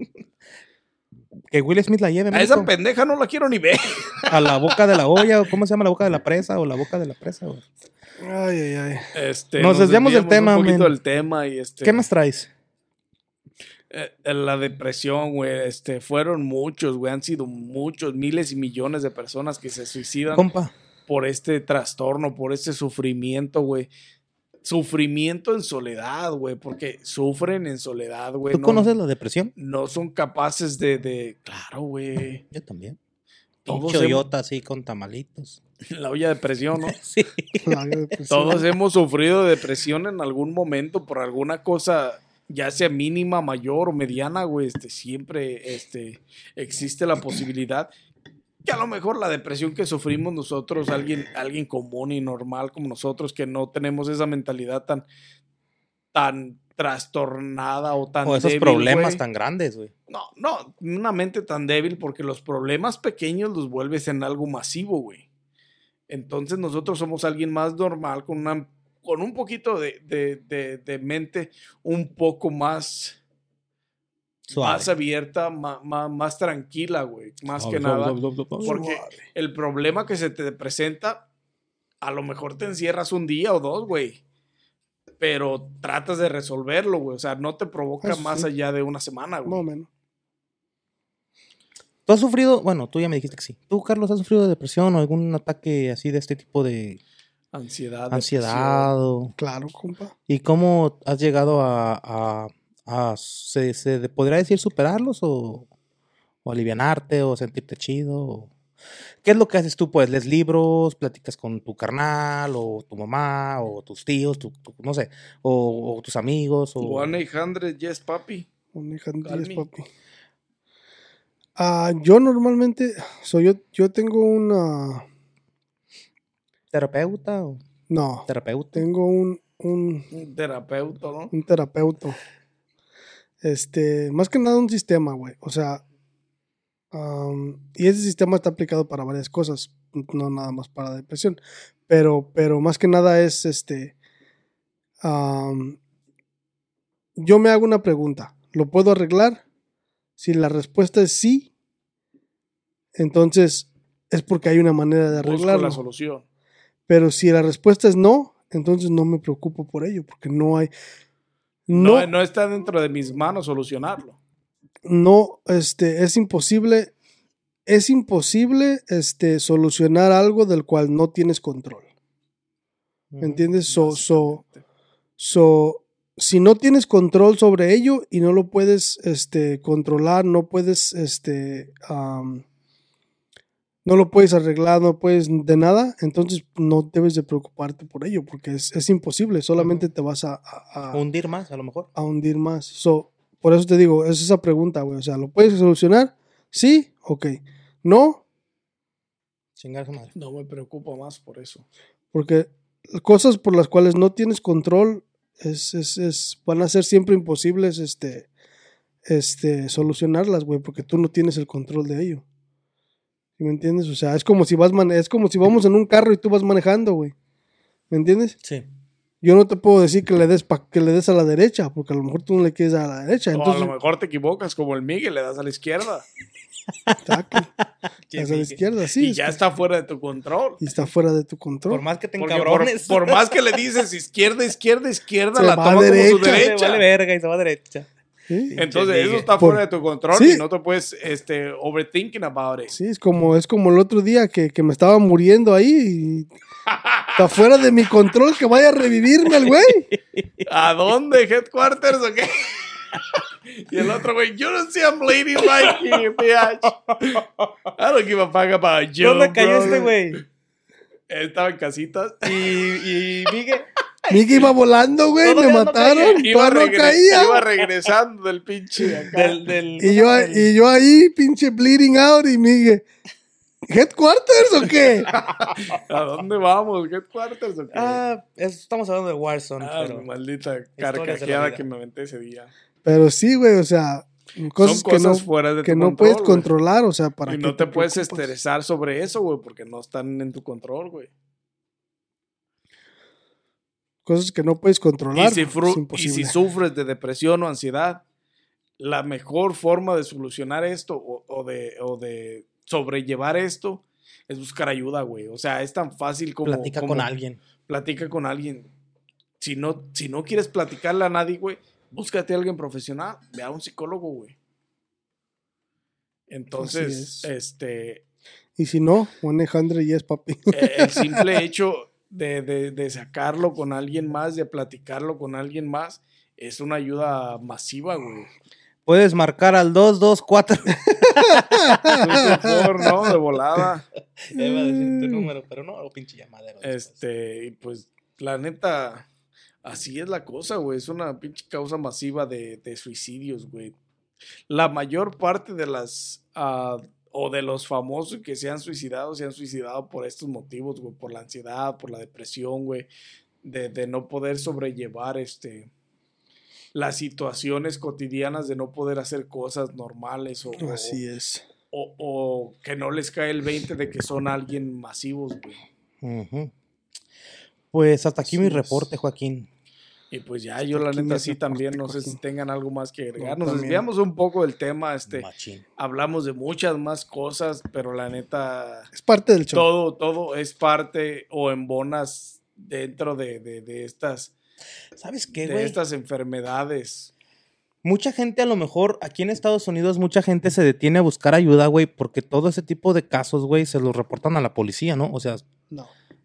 Que Will Smith la lleve a México. A esa pendeja no la quiero ni ver. A la boca de la olla, o ¿cómo se llama? La boca de la presa, o la boca de la presa, güey. Ay. Nos desviamos del tema, un poquito del tema y ¿Qué más traes? La depresión, güey, fueron muchos, güey, han sido muchos, miles y millones de personas que se suicidan por este trastorno, por este sufrimiento, güey. Sufrimiento en soledad, güey, porque sufren en soledad, güey. ¿Tú conoces la depresión? No son capaces de... Claro, güey. Yo también. Choyota así con tamalitos. La olla de depresión, ¿no? Sí. Todos hemos sufrido de depresión en algún momento por alguna cosa... ya sea mínima, mayor o mediana, güey, siempre existe la posibilidad que a lo mejor la depresión que sufrimos nosotros, alguien común y normal como nosotros, que no tenemos esa mentalidad tan trastornada o tan débil, esos problemas tan grandes, güey. No, una mente tan débil, porque los problemas pequeños los vuelves en algo masivo, güey. Entonces nosotros somos alguien más normal, con un poquito de mente un poco más suave, más abierta, más tranquila, güey. Más que nada. Porque el problema que se te presenta, a lo mejor te encierras un día o dos, güey. Pero tratas de resolverlo, güey. O sea, no te provoca más allá de una semana, güey. Más o menos. ¿Tú has sufrido? Bueno, tú ya me dijiste que sí. ¿Tú, Carlos, has sufrido de depresión o algún ataque así de este tipo de... Ansiedad. Claro, compa. ¿Y cómo has llegado a ¿Se podría decir superarlos o alivianarte o sentirte chido? ¿Qué es lo que haces tú? Pues lees libros, platicas con tu carnal o tu mamá o tus tíos, no sé, o tus amigos. 1-800 Yes Papi. 1-800 Yes Papi. Yo normalmente, yo tengo una... ¿Terapeuta? No. ¿Terapeuta? Tengo un terapeuta, ¿no? Un terapeuta. Más que nada un sistema, güey. O sea, y ese sistema está aplicado para varias cosas, no nada más para depresión. Pero más que nada es yo me hago una pregunta. ¿Lo puedo arreglar? Si la respuesta es sí, entonces es porque hay una manera de arreglarlo. Busco la solución. Pero si la respuesta es no, entonces no me preocupo por ello, porque no hay... No está dentro de mis manos solucionarlo. No, es imposible solucionar algo del cual no tienes control. ¿Me entiendes? Si no tienes control sobre ello y no lo puedes controlar, no puedes no lo puedes arreglar, no puedes de nada, entonces no debes de preocuparte por ello, porque es imposible, solamente te vas a hundir más, a lo mejor. A hundir más. Por eso te digo, es esa pregunta, güey. O sea, ¿lo puedes solucionar? Sí, ok. ¿No? Chingar su madre. No me preocupo más por eso. Porque cosas por las cuales no tienes control van a ser siempre imposibles solucionarlas, güey, porque tú no tienes el control de ello. ¿Me entiendes? O sea, es como si vamos en un carro y tú vas manejando, güey. ¿Me entiendes? Sí. Yo no te puedo decir que le des a la derecha, porque a lo mejor tú no le quieres dar a la derecha. Entonces, a lo mejor te equivocas, como el Miguel, le das a la izquierda. Exacto. Le das a la izquierda, sí. Y ya está fuera de tu control. Y está fuera de tu control. Por más que te encabrones. Por más que le dices izquierda, la toma como su derecha. Se vale verga y se va a derecha. ¿Sí? Entonces eso está fuera de tu control, sí. Y no te puedes overthinking about it. Sí, es como el otro día que me estaba muriendo ahí y está fuera de mi control que vaya a revivirme el güey. ¿A dónde? ¿Headquarters o qué? Y el otro güey, you don't see I'm bleeding like you, bitch. I don't give a fuck about you. ¿Dónde cayó este güey? Estaba en casitas. Y Miguel... Miguel iba volando, güey, me mataron. No caía. Iba regresando del pinche acá. Y yo ahí, pinche bleeding out, y Miguel, ¿Headquarters o qué? ¿A dónde vamos? ¿Headquarters o qué? Estamos hablando de Warzone. Pero maldita carcajeada que me aventé ese día. Pero sí, güey, o sea, cosas que no, fuera de que tu no control, puedes controlar, o sea, para y no te puedes estresar sobre eso, güey, porque no están en tu control, güey. Cosas que no puedes controlar. Y si sufres de depresión o ansiedad, la mejor forma de solucionar esto o de sobrellevar esto es buscar ayuda, güey. O sea, es tan fácil como... Platica con alguien. Platica con alguien. Si no quieres platicarle a nadie, güey, búscate a alguien profesional. Ve a un psicólogo, güey. Entonces, Y si no, 1-800 Yes Papi. El simple hecho de sacarlo con alguien más, de platicarlo con alguien más, es una ayuda masiva, güey. Puedes marcar al 224. ¿No? De volada. Iba a decir tu número, pero no, pinche llamadero. Y pues, la neta, así es la cosa, güey. Es una pinche causa masiva de suicidios, güey. La mayor parte de las... o de los famosos que se han suicidado por estos motivos, güey. Por la ansiedad, por la depresión, güey. De no poder sobrellevar las situaciones cotidianas, de no poder hacer cosas normales. Así es. O que no les cae el 20 de que son alguien masivos, güey. Uh-huh. Pues hasta aquí mi reporte, Joaquín. Y pues ya, yo la neta sí también, no sé si tengan algo más que agregar. Nos desviamos un poco del tema, hablamos de muchas más cosas, pero la neta... Es parte del show. Todo es parte o embonas dentro de estas... ¿Sabes qué, güey? De estas enfermedades. Mucha gente, a lo mejor, aquí en Estados Unidos, mucha gente se detiene a buscar ayuda, güey, porque todo ese tipo de casos, güey, se los reportan a la policía, ¿no? O sea... No.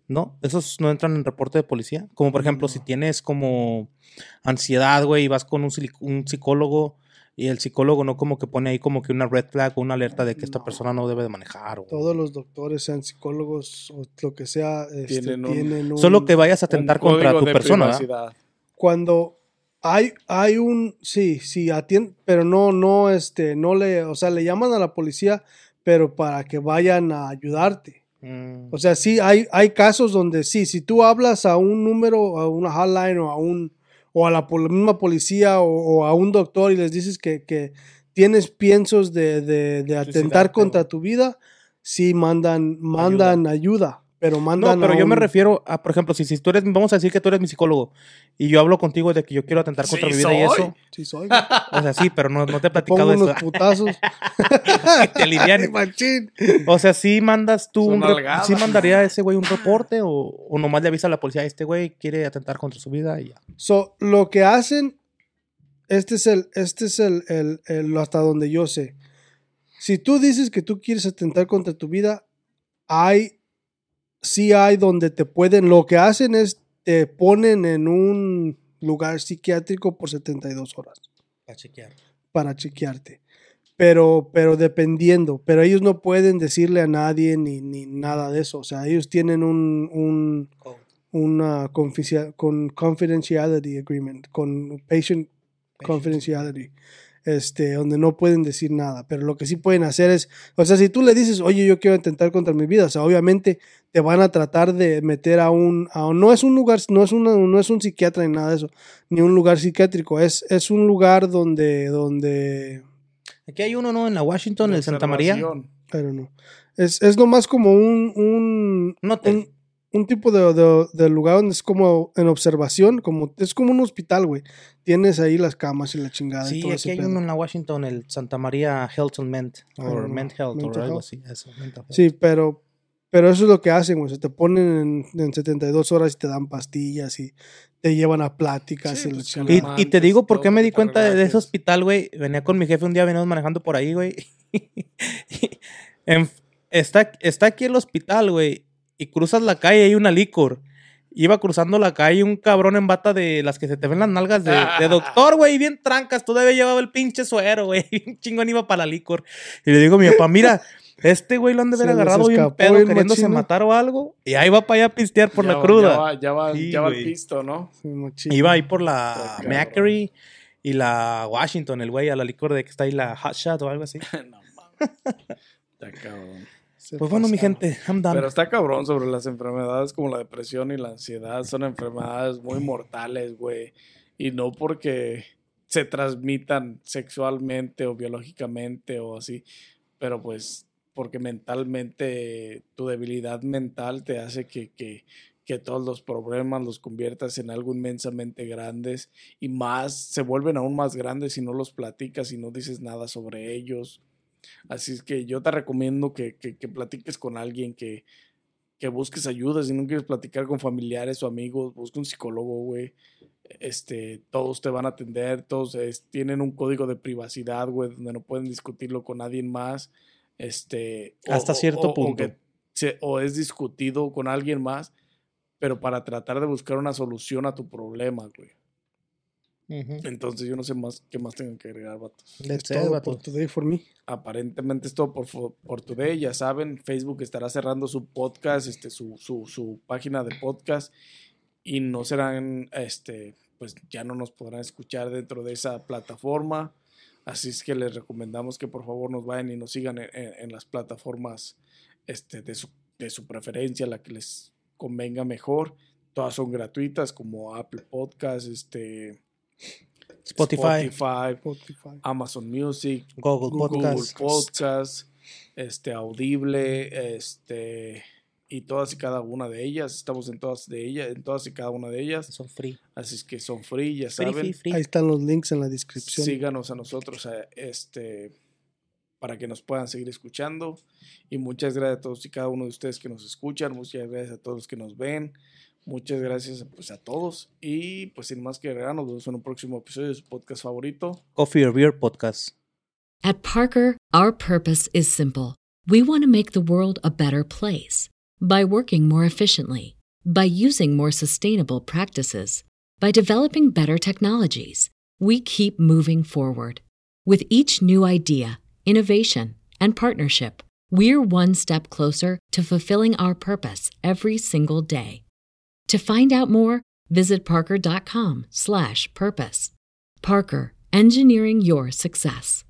No, esos no entran en reporte de policía. Como por ejemplo, si tienes como ansiedad, güey, y vas con un psicólogo y el psicólogo no como que pone ahí como que una red flag o una alerta de que esta persona no debe de manejar. Todos los doctores, sean psicólogos o lo que sea, tienen un... Solo que vayas a atentar contra tu persona, ¿verdad? Cuando hay un... Sí, atiende, pero no le... O sea, le llaman a la policía, pero para que vayan a ayudarte. O sea, sí, hay casos donde sí, si tú hablas a un número, a una hotline o a la misma policía o a un doctor y les dices que tienes piensos de atentar contra tu vida, sí mandan ayuda. Pero yo me refiero a, por ejemplo, si tú eres, vamos a decir que tú eres mi psicólogo y yo hablo contigo de que yo quiero atentar contra mi vida y eso. Sí soy. O sea, sí, pero no te he platicado eso. Unos putazos. Que te alivian. O sea, sí mandas tú sí mandaría a ese güey un reporte o nomás le avisa a la policía, este güey quiere atentar contra su vida y ya. Lo que hacen, este es el hasta donde yo sé. Si tú dices que tú quieres atentar contra tu vida, sí hay donde te pueden, lo que hacen es te ponen en un lugar psiquiátrico por 72 horas. Para chequearte. Pero dependiendo, pero ellos no pueden decirle a nadie ni nada de eso. O sea, ellos tienen una confidentiality agreement, con patient confidentiality. Donde no pueden decir nada, pero lo que sí pueden hacer es, o sea, si tú le dices, oye, yo quiero atentar contra mi vida, o sea, obviamente te van a tratar de meter no es un lugar, no es un psiquiatra ni nada de eso, ni un lugar psiquiátrico, es un lugar donde aquí hay uno, ¿no? En la Washington, en Santa María. Pero no, es nomás como un tipo de lugar donde es como en observación, es como un hospital, güey. Tienes ahí las camas y la chingada. Sí, y todo aquí hay uno en la Washington, el Santa María Health and Ment, o Ment Health, o algo así. Eso, sí, pero eso es lo que hacen, güey. Se te ponen en 72 horas y te dan pastillas y te llevan a pláticas. Sí, y te digo por qué me di cuenta de ese hospital, güey. Venía con mi jefe un día, veníamos manejando por ahí, güey. Está aquí el hospital, güey. Y cruzas la calle y hay una licor. Iba cruzando la calle un cabrón en bata de las que se te ven las nalgas de doctor, güey, bien trancas. Todavía llevaba el pinche suero, güey. Un chingón iba para la licor. Y le digo a mi papá, mira, este güey lo han de haber agarrado bien pedo queriéndose matar o algo. Y ahí va para allá a pistear por la cruda. Ya va el pisto, ¿no? Iba ahí por la Macquarie y la Washington, el güey, a la licor de que está ahí la Hot Shot o algo así. No mames. Está cabrón. Pues bueno, mi gente, I'm done. Pero está cabrón sobre las enfermedades como la depresión y la ansiedad. Son enfermedades muy mortales, güey. Y no porque se transmitan sexualmente o biológicamente o así. Pero pues porque mentalmente, tu debilidad mental te hace que todos los problemas los conviertas en algo inmensamente grandes. Y se vuelven aún más grandes si no los platicas y no dices nada sobre ellos. Así es que yo te recomiendo que platiques con alguien, que busques ayuda. Si no quieres platicar con familiares o amigos, busca un psicólogo, güey. Todos te van a atender, todos tienen un código de privacidad, güey, donde no pueden discutirlo con nadie más. Hasta cierto punto. O es discutido con alguien más, pero para tratar de buscar una solución a tu problema, güey. Entonces yo no sé qué más tengan que agregar, vatos. Es todo por Today for Me. Aparentemente es todo por Today. Ya saben, Facebook estará cerrando su podcast, su página de podcast, y no serán, pues ya no nos podrán escuchar dentro de esa plataforma. Así es que les recomendamos que por favor nos vayan y nos sigan en las plataformas de su preferencia, la que les convenga mejor. Todas son gratuitas, como Apple Podcasts, Spotify, Amazon Music, Google Podcasts, Audible, y todas y cada una de ellas. Estamos en todas y cada una de ellas. Son free. Así es que son free, ya saben. Free. Ahí están los links en la descripción. Síganos a nosotros, para que nos puedan seguir escuchando. Y muchas gracias a todos y cada uno de ustedes que nos escuchan. Muchas gracias a todos los que nos ven. Muchas gracias, pues, a todos. Y pues sin más que agregar, nos vemos en un próximo episodio de su podcast favorito, Coffee or Beer Podcast. At Parker, our purpose is simple. We want to make the world a better place by working more efficiently, by using more sustainable practices, by developing better technologies. We keep moving forward. With each new idea, innovation, and partnership, we're one step closer to fulfilling our purpose every single day. To find out more, visit parker.com/purpose. Parker, engineering your success.